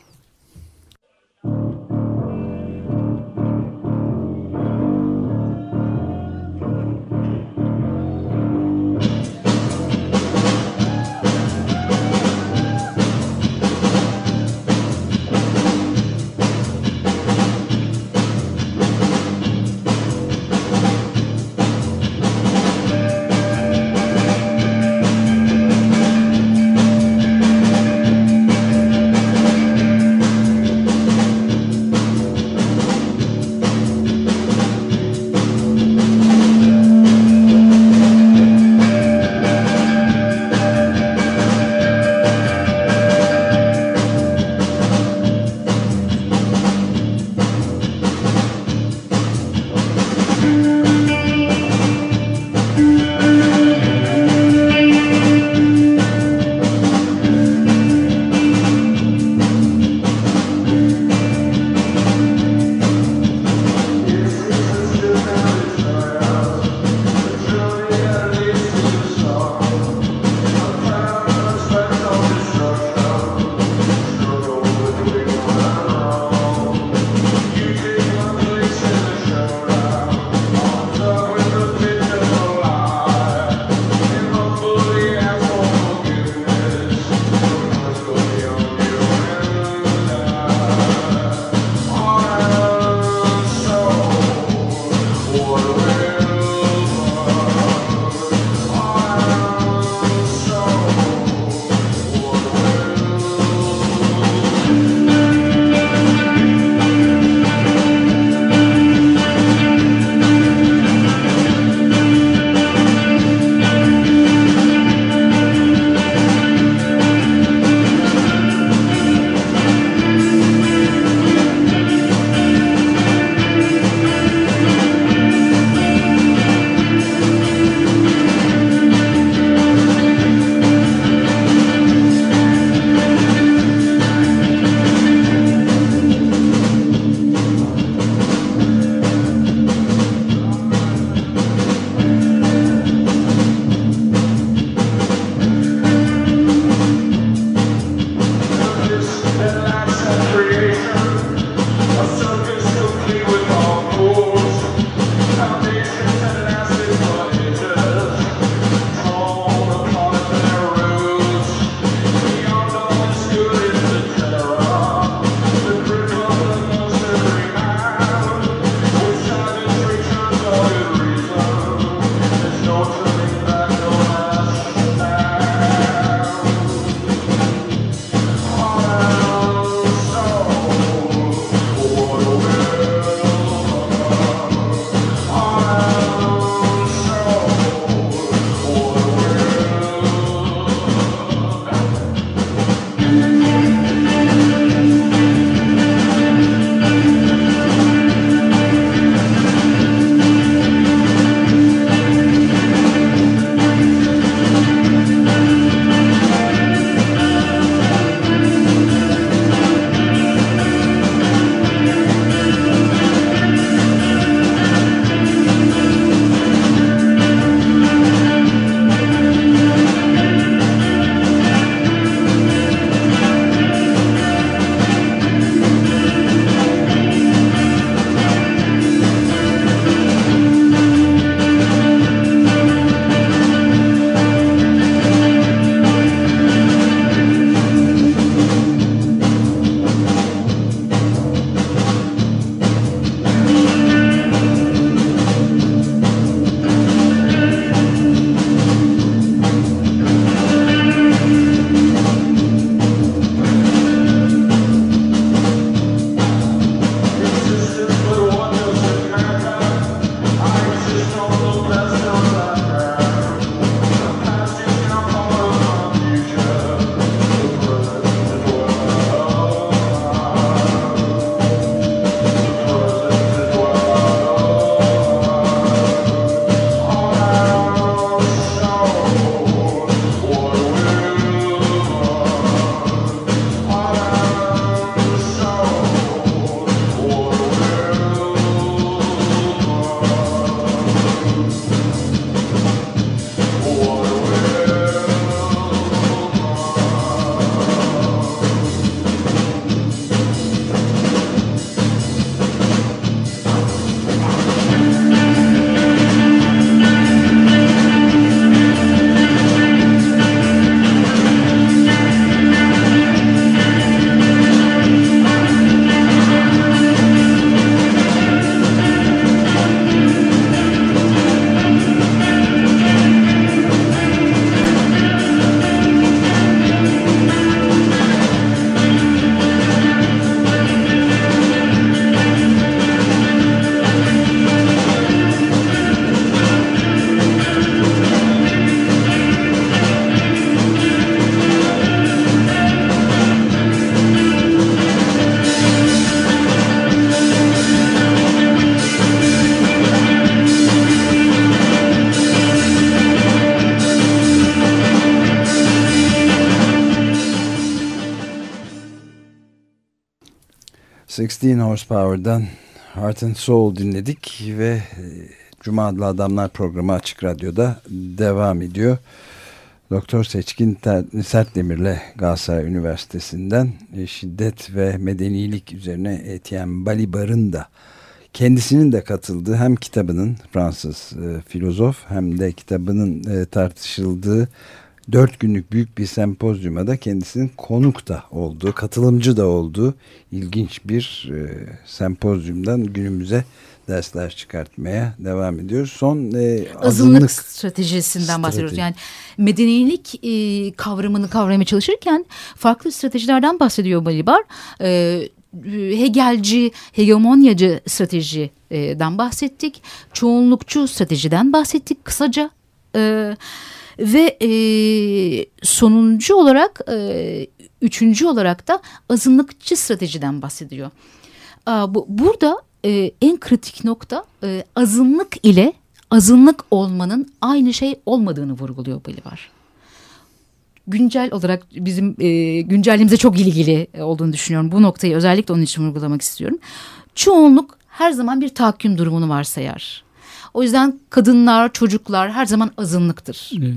on altı Horsepower'dan Heart and Soul dinledik ve Cuma Adlı Adamlar programı Açık Radyo'da devam ediyor. Doktor Seçkin Sertdemir'le Galatasaray Üniversitesi'nden şiddet ve medenilik üzerine Etienne Balibar'ın da kendisinin de katıldığı hem kitabının Fransız e, filozof hem de kitabının e, tartışıldığı dört günlük büyük bir sempozyuma da kendisinin konuk da olduğu, katılımcı da olduğu ilginç bir e, sempozyumdan günümüze dersler çıkartmaya devam ediyoruz. Son e, azınlık, azınlık stratejisinden strateji. bahsediyoruz. Yani medenilik e, kavramını kavramaya çalışırken farklı stratejilerden bahsediyor Balibar. E, Hegelci, hegemonyacı stratejiden bahsettik. Çoğunlukçu stratejiden bahsettik kısaca. E, ve e, sonuncu olarak, e, üçüncü olarak da azınlıkçı stratejiden bahsediyor. E, bu, burada e, en kritik nokta e, azınlık ile azınlık olmanın aynı şey olmadığını vurguluyor Balibar. Güncel olarak bizim e, güncelliğimize çok ilgili olduğunu düşünüyorum. Bu noktayı özellikle onun için vurgulamak istiyorum. Çoğunluk her zaman bir tahakküm durumunu varsayar. O yüzden kadınlar, çocuklar her zaman azınlıktır. Evet.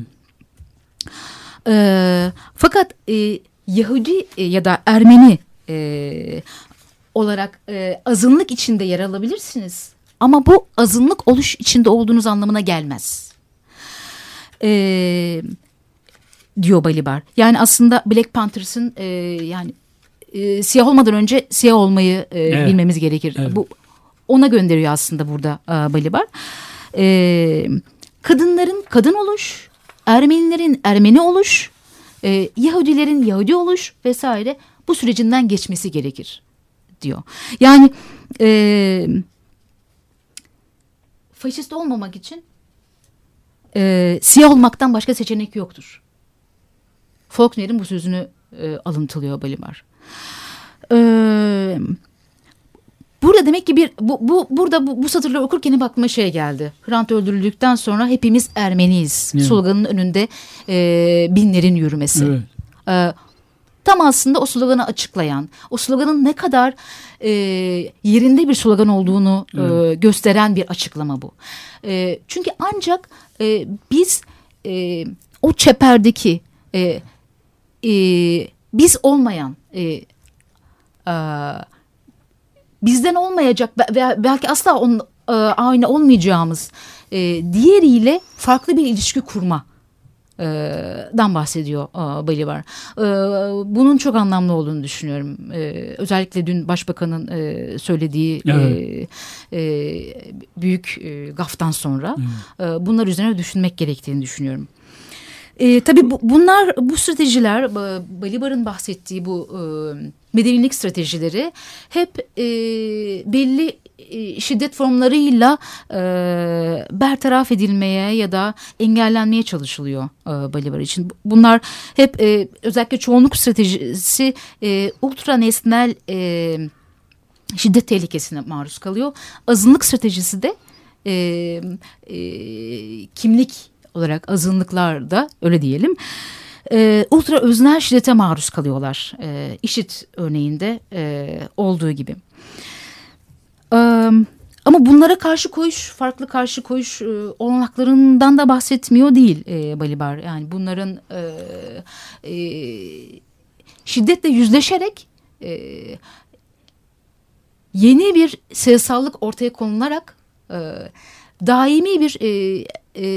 E, fakat e, Yahudi e, ya da Ermeni e, olarak e, azınlık içinde yer alabilirsiniz. Ama bu azınlık oluş içinde olduğunuz anlamına gelmez. Eee diyor Balibar. Yani aslında Black Panthers'ın e, yani e, siyah olmadan önce siyah olmayı e, evet. bilmemiz gerekir. Evet. Bu ona gönderiyor aslında burada e, Balibar. E, kadınların kadın oluş, Ermenilerin Ermeni oluş, e, Yahudilerin Yahudi oluş vesaire bu sürecinden geçmesi gerekir diyor. Yani e, faşist olmamak için e, siyah olmaktan başka seçenek yoktur. Faulkner'in bu sözünü e, alıntılıyor Balibar. Ee, burada demek ki bir bu, bu burada bu, bu satırları okurken aklıma şey geldi. Hrant öldürüldükten sonra hepimiz Ermeniyiz. Evet. Sloganın önünde e, binlerin yürümesi. Evet. E, tam aslında o sloganı açıklayan, o sloganın ne kadar e, yerinde bir slogan olduğunu evet. e, gösteren bir açıklama bu. E, çünkü ancak e, biz e, o çeperdeki e, Ee, biz olmayan e, e, bizden olmayacak ve belki asla on, e, aynı olmayacağımız e, diğeriyle farklı bir ilişki kurma e, dan bahsediyor e, Balibar. E, bunun çok anlamlı olduğunu düşünüyorum. E, özellikle dün Başbakan'ın e, söylediği evet. e, e, büyük e, gaftan sonra evet. e, bunlar üzerine düşünmek gerektiğini düşünüyorum. E, tabii bu, bunlar bu stratejiler Balibar'ın bahsettiği bu e, medenilik stratejileri hep e, belli e, şiddet formlarıyla e, bertaraf edilmeye ya da engellenmeye çalışılıyor e, Balibar için. Bunlar hep e, özellikle çoğunluk stratejisi e, ultra nesnel e, şiddet tehlikesine maruz kalıyor. Azınlık stratejisi de e, e, kimlik olarak azınlıklarda öyle diyelim e, ultra öznel şiddete maruz kalıyorlar. E, IŞİD örneğinde e, olduğu gibi. E, ama bunlara karşı koyuş, farklı karşı koyuş e, olanaklarından da bahsetmiyor değil e, Balibar. Yani bunların e, e, şiddetle yüzleşerek e, yeni bir siyasallık ortaya konularak e, daimi bir e, e,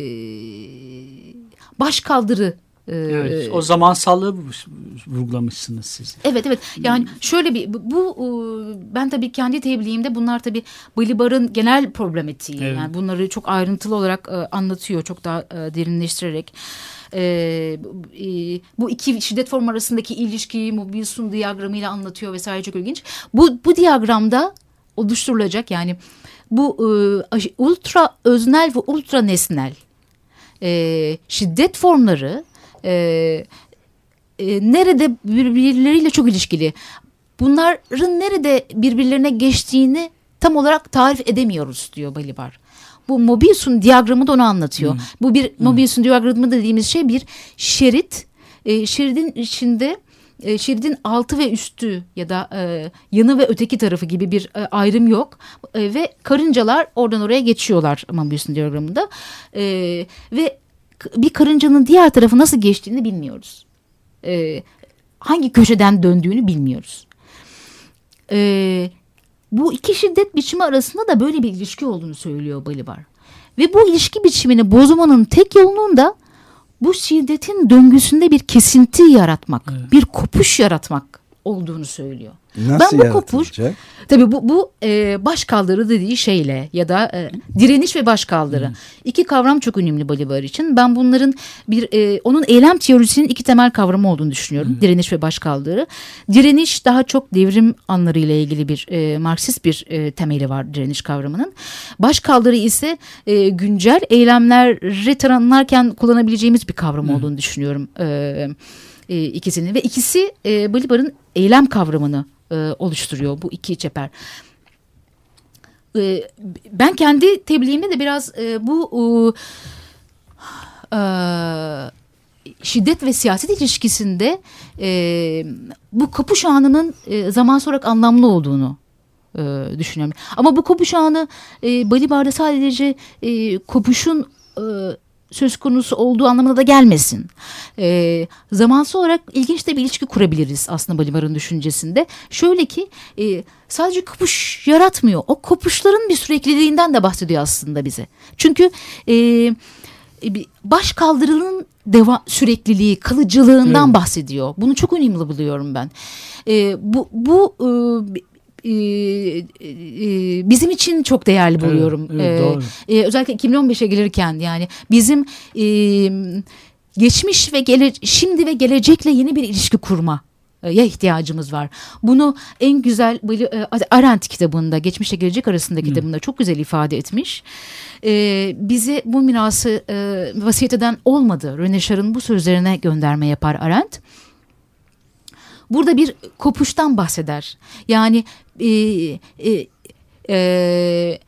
başkaldırı. E, evet, o zamansallığı vurgulamışsınız siz. Evet evet. Yani şöyle bir bu, bu ben tabii kendi tebliğimde bunlar tabii Balibar'ın genel problematiği. Evet. Yani bunları çok ayrıntılı olarak e, anlatıyor, çok daha e, derinleştirerek. E, e, bu iki şiddet formu arasındaki ilişkiyi Mobius'un diyagramıyla anlatıyor vesaire, çok ilginç. Bu bu diyagramda oluşturulacak yani bu e, ultra öznel ve ultra nesnel e, şiddet formları e, e, nerede birbirleriyle çok ilişkili. Bunların nerede birbirlerine geçtiğini tam olarak tarif edemiyoruz diyor Balibar. Bu Mobius'un diyagramı da onu anlatıyor. Hmm. Bu bir Mobius'un diyagramı dediğimiz şey bir şerit. E, şeridin içinde e, şeridin altı ve üstü ya da e, yanı ve öteki tarafı gibi bir e, ayrım yok. E, ve karıncalar oradan oraya geçiyorlar Möbius'un diyagramında. E, ve bir karıncanın diğer tarafı nasıl geçtiğini bilmiyoruz. E, hangi köşeden döndüğünü bilmiyoruz. E, bu iki şiddet biçimi arasında da böyle bir ilişki olduğunu söylüyor Balibar. Ve bu ilişki biçimini bozmanın tek yolunun da bu şiddetin döngüsünde bir kesinti yaratmak, evet. bir kopuş yaratmak olduğunu söylüyor. Nasıl ben bu kopuş, tabii bu, bu e, başkaldırı dediği şeyle ya da e, direniş ve başkaldırı. Hmm. İki kavram çok önemli Balibar için. Ben bunların bir e, onun eylem teorisinin iki temel kavramı olduğunu düşünüyorum. Hmm. Direniş ve başkaldırı. Direniş daha çok devrim anlarıyla ilgili bir e, Marksist bir e, temeli var direniş kavramının. Başkaldırı ise e, güncel eylemleri tanımlarken kullanabileceğimiz bir kavram hmm. olduğunu düşünüyorum. E, e, ikisinin ve ikisi e, Balibar'ın eylem kavramını E, oluşturuyor bu iki çeper. E, ben kendi tebliğimde de biraz e, bu e, şiddet ve siyaset ilişkisinde e, bu kopuş anının e, zaman olarak anlamlı olduğunu e, düşünüyorum. Ama bu kopuş anı e, Balibar'da sadece e, kopuşun e, söz konusu olduğu anlamına da gelmesin. E, zamansal olarak ilginç de bir ilişki kurabiliriz aslında Balibar'ın düşüncesinde. Şöyle ki e, sadece kopuş yaratmıyor. O kopuşların bir sürekliliğinden de bahsediyor aslında bize. Çünkü e, baş kaldırının deva sürekliliği, kalıcılığından evet. bahsediyor. Bunu çok önemli buluyorum ben. E, bu bu e, Ee, e, bizim için çok değerli buluyorum. Evet, evet, doğru. Ee, özellikle iki bin on beşe gelirken yani bizim e, geçmiş ve gele, şimdi ve gelecekle yeni bir ilişki kurma ya ihtiyacımız var. Bunu en güzel Arendt kitabında, Geçmişle Gelecek arasında kitabında hmm. çok güzel ifade etmiş. Ee, bizi bu mirası e, vasiyet eden olmadı. René Char'ın bu sözlerine gönderme yapar Arendt. Burada bir kopuştan bahseder. Yani e, e, e,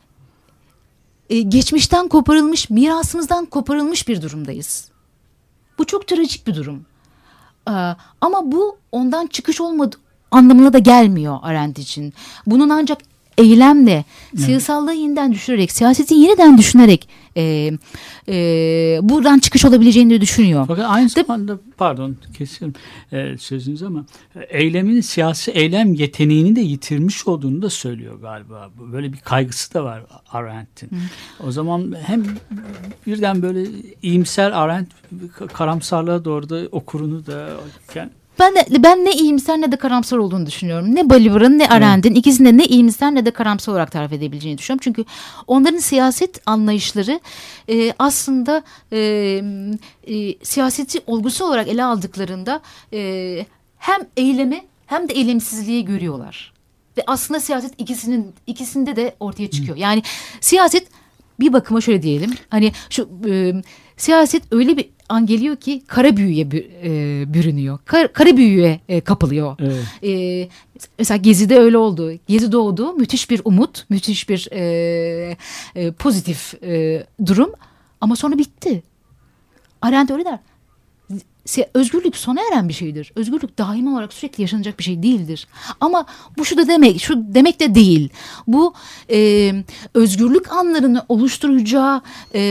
e, geçmişten koparılmış, mirasımızdan koparılmış bir durumdayız. Bu çok trajik bir durum. E, ama bu ondan çıkış olmadı anlamına da gelmiyor Arendt için. Bunun ancak eylemle, evet. siyasallığı yeniden düşürerek, siyaseti yeniden düşünerek e, e, buradan çıkış olabileceğini de düşünüyor. Fakat aynı zamanda, pardon kesiyorum e, sözünüzü ama eylemin siyasi eylem yeteneğini de yitirmiş olduğunu da söylüyor galiba. Böyle bir kaygısı da var Arendt'in. O zaman hem birden böyle iyimser Arendt karamsarlığa doğru da okurunu da yani, Ben de, ben ne iyimser ne de karamsar olduğunu düşünüyorum. Ne Balibar'ın ne Arendt'in evet. ikisinde ne iyimser ne de karamsar olarak tarif edebileceğini düşünüyorum. Çünkü onların siyaset anlayışları e, aslında e, e, siyaseti olgusu olarak ele aldıklarında e, hem eylemi hem de eylemsizliği görüyorlar. Ve aslında siyaset ikisinin ikisinde de ortaya çıkıyor. Hı. Yani siyaset bir bakıma şöyle diyelim. Hani şu e, siyaset öyle bir an geliyor ki kara büyüye e, bürünüyor. Kar, kara büyüye e, kapılıyor. Evet. E, mesela Gezi'de öyle oldu. Gezi doğdu. Müthiş bir umut, müthiş bir e, e, pozitif e, durum. Ama sonra bitti. Arendt öyle der. Özgürlük sona eren bir şeydir. Özgürlük daima olarak sürekli yaşanacak bir şey değildir. Ama bu şu da demek, şu demek de değil. Bu e, özgürlük anlarını oluşturacağı e,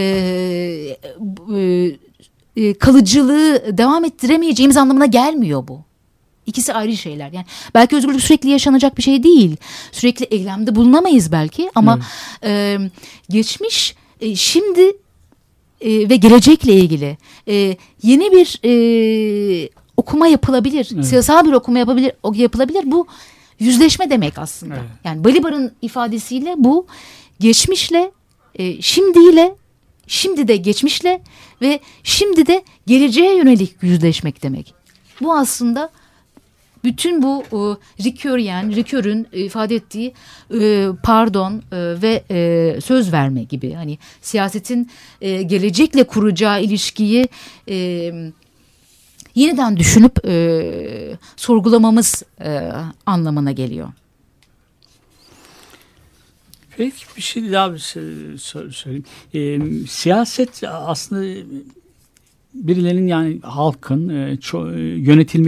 e, kalıcılığı devam ettiremeyeceğimiz anlamına gelmiyor bu. İkisi ayrı şeyler. Yani belki özgürlük sürekli yaşanacak bir şey değil. Sürekli eylemde bulunamayız belki ama hmm. e, geçmiş, e, şimdi e, ve gelecekle ilgili e, yeni bir e, okuma yapılabilir. Evet. Siyasal bir okuma yapabilir, yapılabilir. Bu yüzleşme demek aslında. Evet. Yani Balibar'ın ifadesiyle bu geçmişle, e, şimdiyle, şimdi de geçmişle ve şimdi de geleceğe yönelik yüzleşmek demek. Bu aslında bütün bu e, Ricoeur'ün Ricoeur'ün ifade ettiği e, pardon e, ve e, söz verme gibi, hani siyasetin e, gelecekle kuracağı ilişkiyi e, yeniden düşünüp e, sorgulamamız e, anlamına geliyor. Peki bir şey daha bir söyleyeyim. E, siyaset aslında birilerinin, yani halkın e, ço- yönetilmesi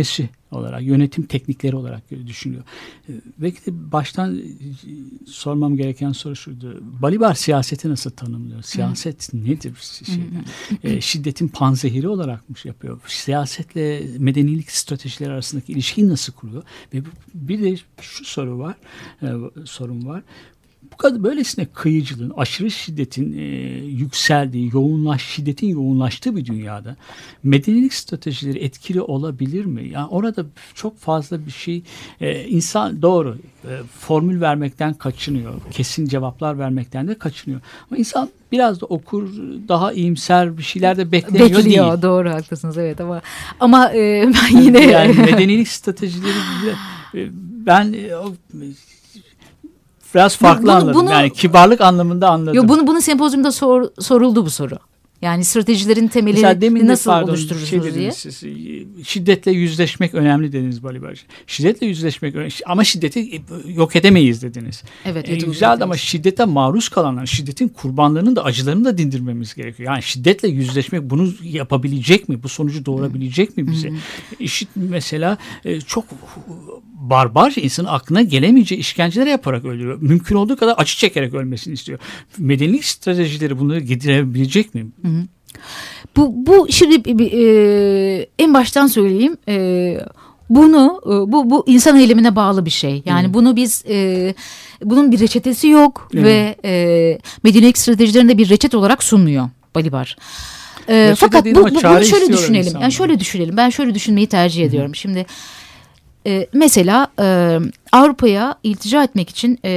olarak, yönetim teknikleri olarak düşünüyor. Belki de baştan sormam gereken soru şuydu. Balibar siyaseti nasıl tanımlıyor? Siyaset Hı. nedir? Şey, şiddetin panzehiri olarak mı yapıyor? Siyasetle medenilik stratejileri arasındaki ilişkiyi nasıl kuruyor? Ve bir de şu soru var, sorun var. Bu kadar böylesine kıyıcılığın, aşırı şiddetin e, yükseldiği, yoğunlaş, şiddetin yoğunlaştığı bir dünyada medenilik stratejileri etkili olabilir mi? Yani orada çok fazla bir şey, e, insan doğru e, formül vermekten kaçınıyor, kesin cevaplar vermekten de kaçınıyor. Ama insan biraz da okur, daha iyimser bir şeyler de bekleniyor Bekliyor, değil. Bekliyor, doğru, haklısınız, evet, ama ama e, ben yine yani medenilik stratejileri e, ben e, o, biraz farklı bunu, anladım. Bunu, yani kibarlık anlamında anladım. Yo, bunu, bunu sempozyumda sor, soruldu bu soru. Yani stratejilerin temeli nasıl pardon, oluşturursunuz şey diye. Siz, şiddetle yüzleşmek önemli dediniz Balibar. Şiddetle yüzleşmek önemli ama şiddeti yok edemeyiz dediniz. Evet. E, güzeldi ama şiddete maruz kalanlar, şiddetin kurbanlarının da acılarını da dindirmemiz gerekiyor. Yani şiddetle yüzleşmek bunu yapabilecek mi? Bu sonucu doğurabilecek mi bize? İşit mesela çok barbar, insanın aklına gelemeyeceği işkenceler yaparak öldürüyor. Mümkün olduğu kadar acı çekerek ölmesini istiyor. Medenilik stratejileri bunları giderebilecek mi? Hı hı. Bu, bu şimdi e, en baştan söyleyeyim. E, bunu bu bu insan eylemine bağlı bir şey. Yani hmm. bunu biz e, bunun bir reçetesi yok hmm. ve e, medenilik stratejilerinde bir reçete olarak sunmuyor Balibar. E, fakat bu, bu, bunu şöyle düşünelim. Insanlar. Yani şöyle düşünelim. Ben şöyle düşünmeyi tercih ediyorum. Hmm. Şimdi e, mesela e, Avrupa'ya iltica etmek için e,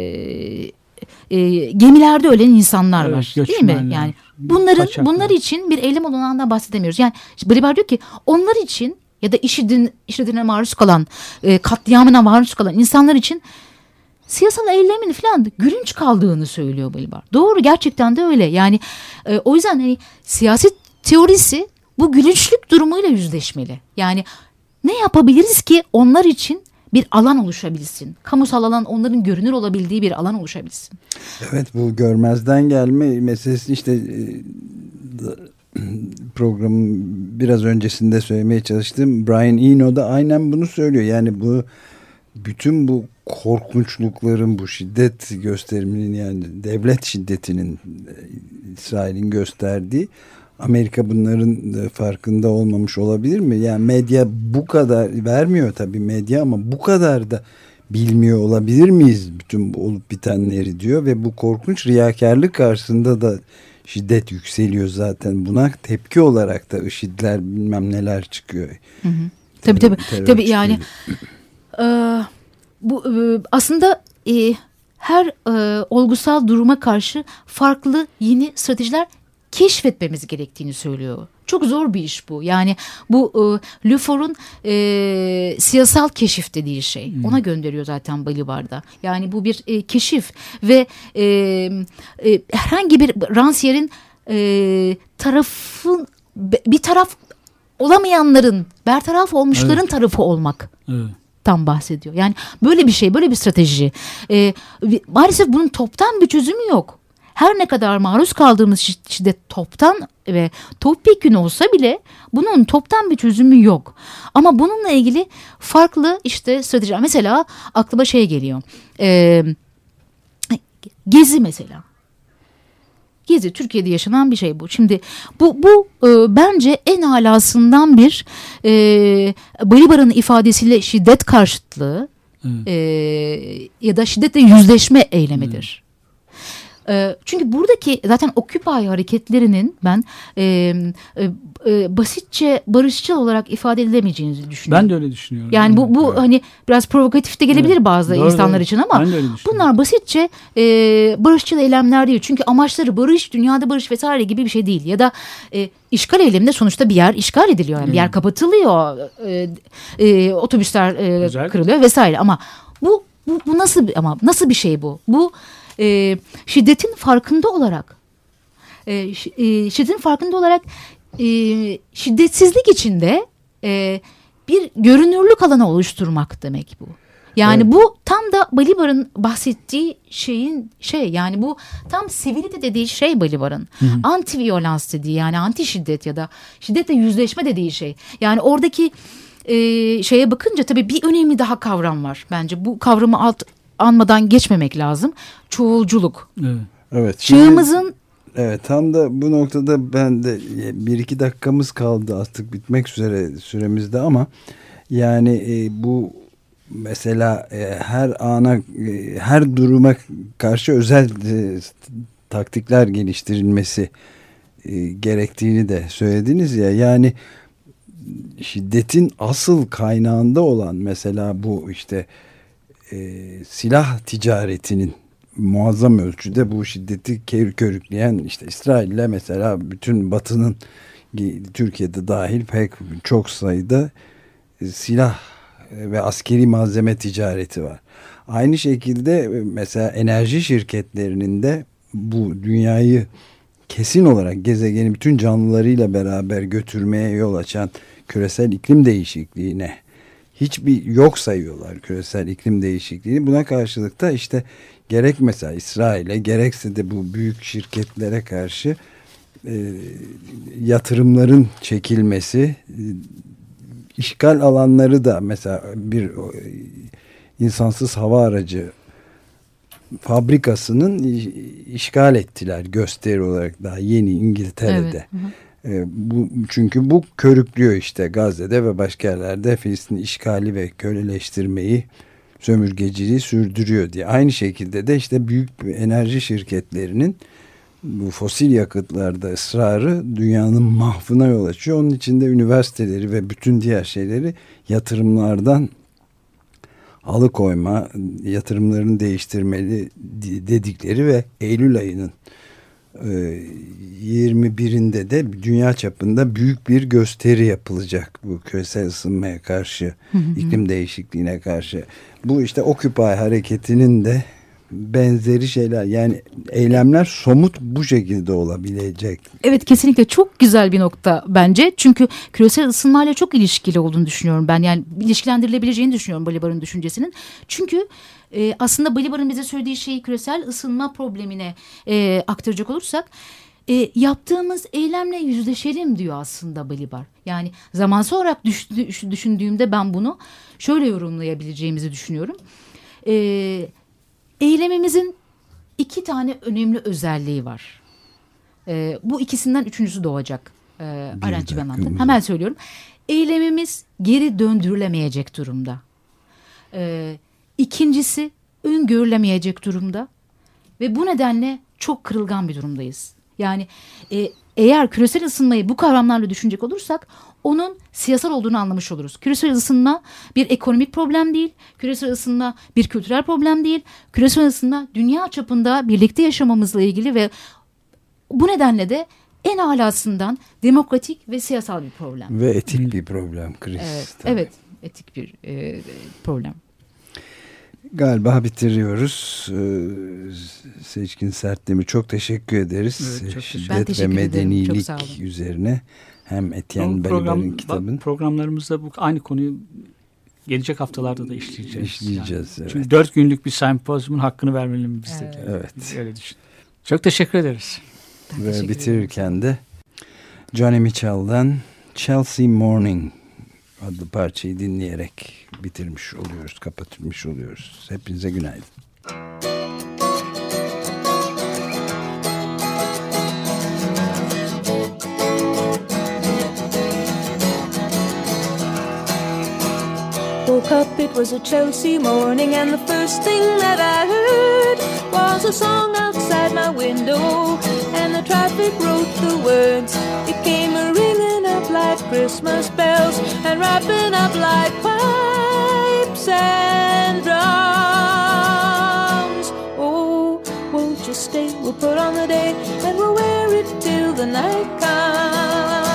e, gemilerde ölen insanlar evet, var, değil mi? Yani bunların Kaçaklar. bunlar için bir eylem olanağından bahsedemiyoruz. Yani Balibar diyor ki onlar için ya da IŞİD'in IŞİD'ine maruz kalan, e, katliamına maruz kalan insanlar için siyasal eylemin falan gülünç kaldığını söylüyor Balibar. Doğru, gerçekten de öyle. Yani e, o yüzden hani siyaset teorisi bu gülünçlük durumuyla yüzleşmeli. Yani ne yapabiliriz ki onlar için bir alan oluşabilsin. Kamusal alan, onların görünür olabildiği bir alan oluşabilsin. Evet, bu görmezden gelme meselesi işte programın biraz öncesinde söylemeye çalıştığım Brian Eno da aynen bunu söylüyor. Yani bu bütün bu korkunçlukların, bu şiddet gösteriminin, yani devlet şiddetinin İsrail'in gösterdiği, Amerika bunların farkında olmamış olabilir mi? Yani medya bu kadar vermiyor tabii medya, ama bu kadar da bilmiyor olabilir miyiz bütün bu olup bitenleri diyor ve bu korkunç riyakarlık karşısında da şiddet yükseliyor zaten. Buna tepki olarak da IŞİD'ler bilmem neler çıkıyor. Hı hı. Tabii tabii. Tabii yani e, bu e, aslında e, her e, olgusal duruma karşı farklı yeni stratejiler keşfetmemiz gerektiğini söylüyor. Çok zor bir iş bu. Yani bu e, Lefort'un e, siyasal keşif dediği şey. Hmm. Ona gönderiyor zaten Balibar'da. Yani bu bir e, keşif ve e, e, herhangi bir Rancière'in e, tarafın bir taraf olamayanların, bertaraf olmuşların evet. tarafı olmak. Evet. Tam bahsediyor. Yani böyle bir şey, böyle bir strateji. E, maalesef bunun toptan bir çözümü yok. Her ne kadar maruz kaldığımız şiddet toptan ve topyekün olsa bile bunun toptan bir çözümü yok. Ama bununla ilgili farklı işte stratejiler. Mesela aklıma şey geliyor. Ee, Gezi mesela. Gezi Türkiye'de yaşanan bir şey bu. Şimdi bu bu e, bence en alasından bir e, Balibar'ın ifadesiyle şiddet karşıtlığı e, ya da şiddetle yüzleşme eylemidir. Hmm. Çünkü buradaki zaten Occupy hareketlerinin ben e, e, basitçe barışçıl olarak ifade edilemeyeceğini düşünüyorum. Ben de öyle düşünüyorum. Yani bu bu evet. hani biraz provokatif de gelebilir evet. bazı doğru, insanlar doğru. için ama bunlar basitçe e, barışçıl eylemler değil. Çünkü amaçları barış, dünyada barış vesaire gibi bir şey değil. Ya da e, işgal eyleminde sonuçta bir yer işgal ediliyor. Yani hmm. bir yer kapatılıyor. E, e, otobüsler e, kırılıyor vesaire. Ama bu bu, bu nasıl ama nasıl bir şey bu? Bu E, şiddetin farkında olarak e, e, şiddetin farkında olarak e, şiddetsizlik içinde e, bir görünürlük alanı oluşturmak demek bu. Yani evet. bu tam da Balibar'ın bahsettiği şeyin şey yani bu tam civilite dediği şey Balibar'ın. Anti violans dediği yani anti şiddet ya da şiddetle yüzleşme dediği şey. Yani oradaki e, şeye bakınca tabii bir önemli daha kavram var bence. Bu kavramı alt anmadan geçmemek lazım. Çoğulculuk. Evet. Evet. Şimdi, Çağımızın evet, tam da bu noktada ben de bir iki dakikamız kaldı, artık bitmek üzere süremizde, ama yani e, bu mesela e, her ana e, her duruma karşı özel e, taktikler geliştirilmesi e, gerektiğini de söylediniz ya. Yani şiddetin asıl kaynağında olan mesela bu işte e, silah ticaretinin muazzam ölçüde bu şiddeti körükleyen, işte İsrail'le mesela bütün Batı'nın, Türkiye'de dahil, pek çok sayıda silah ve askeri malzeme ticareti var. Aynı şekilde mesela enerji şirketlerinin de bu dünyayı kesin olarak, gezegeni bütün canlılarıyla beraber götürmeye yol açan küresel iklim değişikliğine hiçbir yok sayıyorlar, küresel iklim değişikliğini. Buna karşılık da işte gerek mesela İsrail'e, gerekse de bu büyük şirketlere karşı e, yatırımların çekilmesi, e, işgal alanları da mesela bir e, insansız hava aracı fabrikasının işgal ettiler gösteri olarak, daha yeni İngiltere'de. Evet. E, bu, çünkü bu körüklüyor işte Gazze'de ve başka yerlerde Filistin işgali ve köleleştirmeyi, sömürgeciliği sürdürüyor diye. Aynı şekilde de işte büyük enerji şirketlerinin bu fosil yakıtlarda ısrarı dünyanın mahvına yol açıyor. Onun için de üniversiteleri ve bütün diğer şeyleri yatırımlardan alıkoyma, yatırımlarını değiştirmeli dedikleri ve Eylül ayının yirmi birinde de dünya çapında büyük bir gösteri yapılacak bu küresel ısınmaya karşı, hı hı. iklim değişikliğine karşı. Bu işte Occupy hareketinin de benzeri şeyler, yani eylemler somut bu şekilde olabilecek. Evet, kesinlikle çok güzel bir nokta bence. Çünkü küresel ısınmayla çok ilişkili olduğunu düşünüyorum ben. Yani ilişkilendirilebileceğini düşünüyorum Balibar'ın düşüncesinin. Çünkü e, aslında Balibar'ın bize söylediği şeyi küresel ısınma problemine e, aktaracak olursak, e, yaptığımız eylemle yüzleşelim diyor aslında Balibar. Yani zamansal olarak düş, düş, düşündüğümde ben bunu şöyle yorumlayabileceğimizi düşünüyorum. Evet. Eylemimizin iki tane önemli özelliği var. Ee, bu ikisinden üçüncüsü doğacak. Ee, Arendtçi ben anlattım. Hemen söylüyorum. Eylemimiz geri döndürülemeyecek durumda. Ee, ikincisi öngörülemeyecek durumda. Ve bu nedenle çok kırılgan bir durumdayız. Yani e, eğer küresel ısınmayı bu kavramlarla düşünecek olursak onun siyasal olduğunu anlamış oluruz. Küresel ısınma bir ekonomik problem değil. Küresel ısınma bir kültürel problem değil. Küresel ısınma dünya çapında birlikte yaşamamızla ilgili ve bu nedenle de en alasından demokratik ve siyasal bir problem. Ve etik bir problem Chris. Evet, evet, etik bir e, problem. Galiba bitiriyoruz. Ee, Seçkin Sertdemir, çok teşekkür ederiz. Evet, çok Şiddet teşekkür ve medenilik ederim. üzerine hem Etienne program, Balibar'ın kitabın. Programlarımızda bu aynı konuyu gelecek haftalarda da işleyeceğiz. İşleyeceğiz. Yani. Evet. Çünkü dört günlük bir sempozyumun hakkını vermeli biz de. Evet. Öyle düşün. Çok teşekkür ederiz. Ben ve teşekkür bitirirken ederim. de Johnny Mitchell'dan Chelsea Morning adlı parçayı dinleyerek bitirmiş oluyoruz, kapatmış oluyoruz. Hepinize günaydın. Woke up, it was a Chelsea morning, and the first thing that I heard was a song outside my window, and the traffic wrote the words. It came a-ringing up like Christmas bells, and wrapping up like pipes and drums. Oh, won't you stay? We'll put on the day, and we'll wear it till the night comes.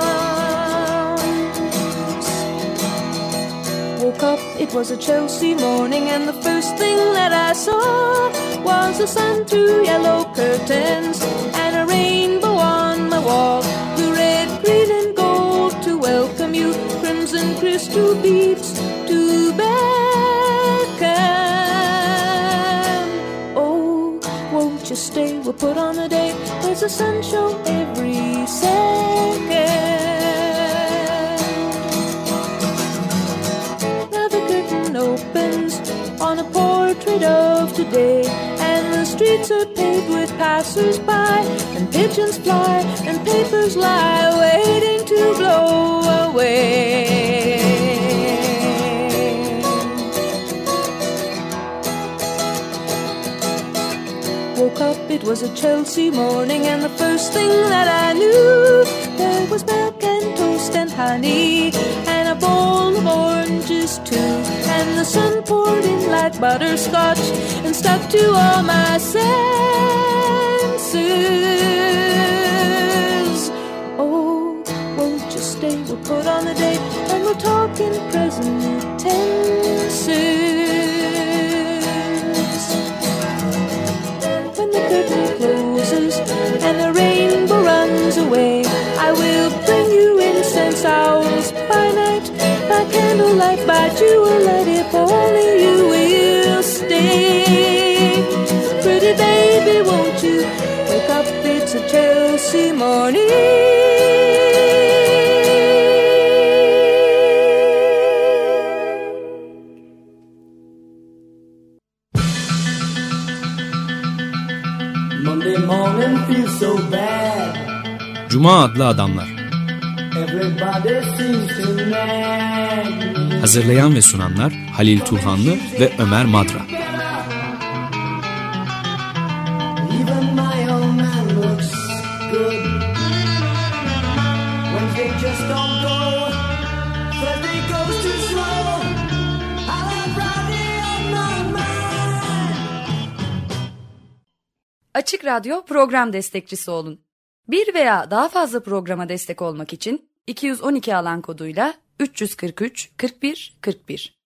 Woke up, it was a Chelsea morning, and the first thing that I saw was the sun through yellow curtains and a rainbow on my wall. The red, green and gold to welcome you, crimson crystal beads to beckon. Oh, won't you stay? We'll put on a day, there's a sun show every second. portrait of today. And the streets are paved with passers-by, and pigeons fly and papers lie waiting to blow away. Woke up, it was a Chelsea morning, and the first thing that I knew, there was milk and toast and honey, and a bowl of oranges too. And the sun poured in like butterscotch and stuck to all my senses. Oh, won't you stay? We'll put on the date, and we'll talk in present tenses. Curtain closes and the rainbow runs away, I will bring you incense owls by night, by candlelight, by jewellight, if only you will stay. Pretty baby, won't you wake up, it's a Chelsea morning. Cuma adlı adamlar. Hazırlayan ve sunanlar Halil Turhanlı ve Ömer Madra. Açık Radyo program destekçisi olun. Bir veya daha fazla programa destek olmak için iki yüz on iki alan koduyla üç yüz kırk üç kırk bir kırk bir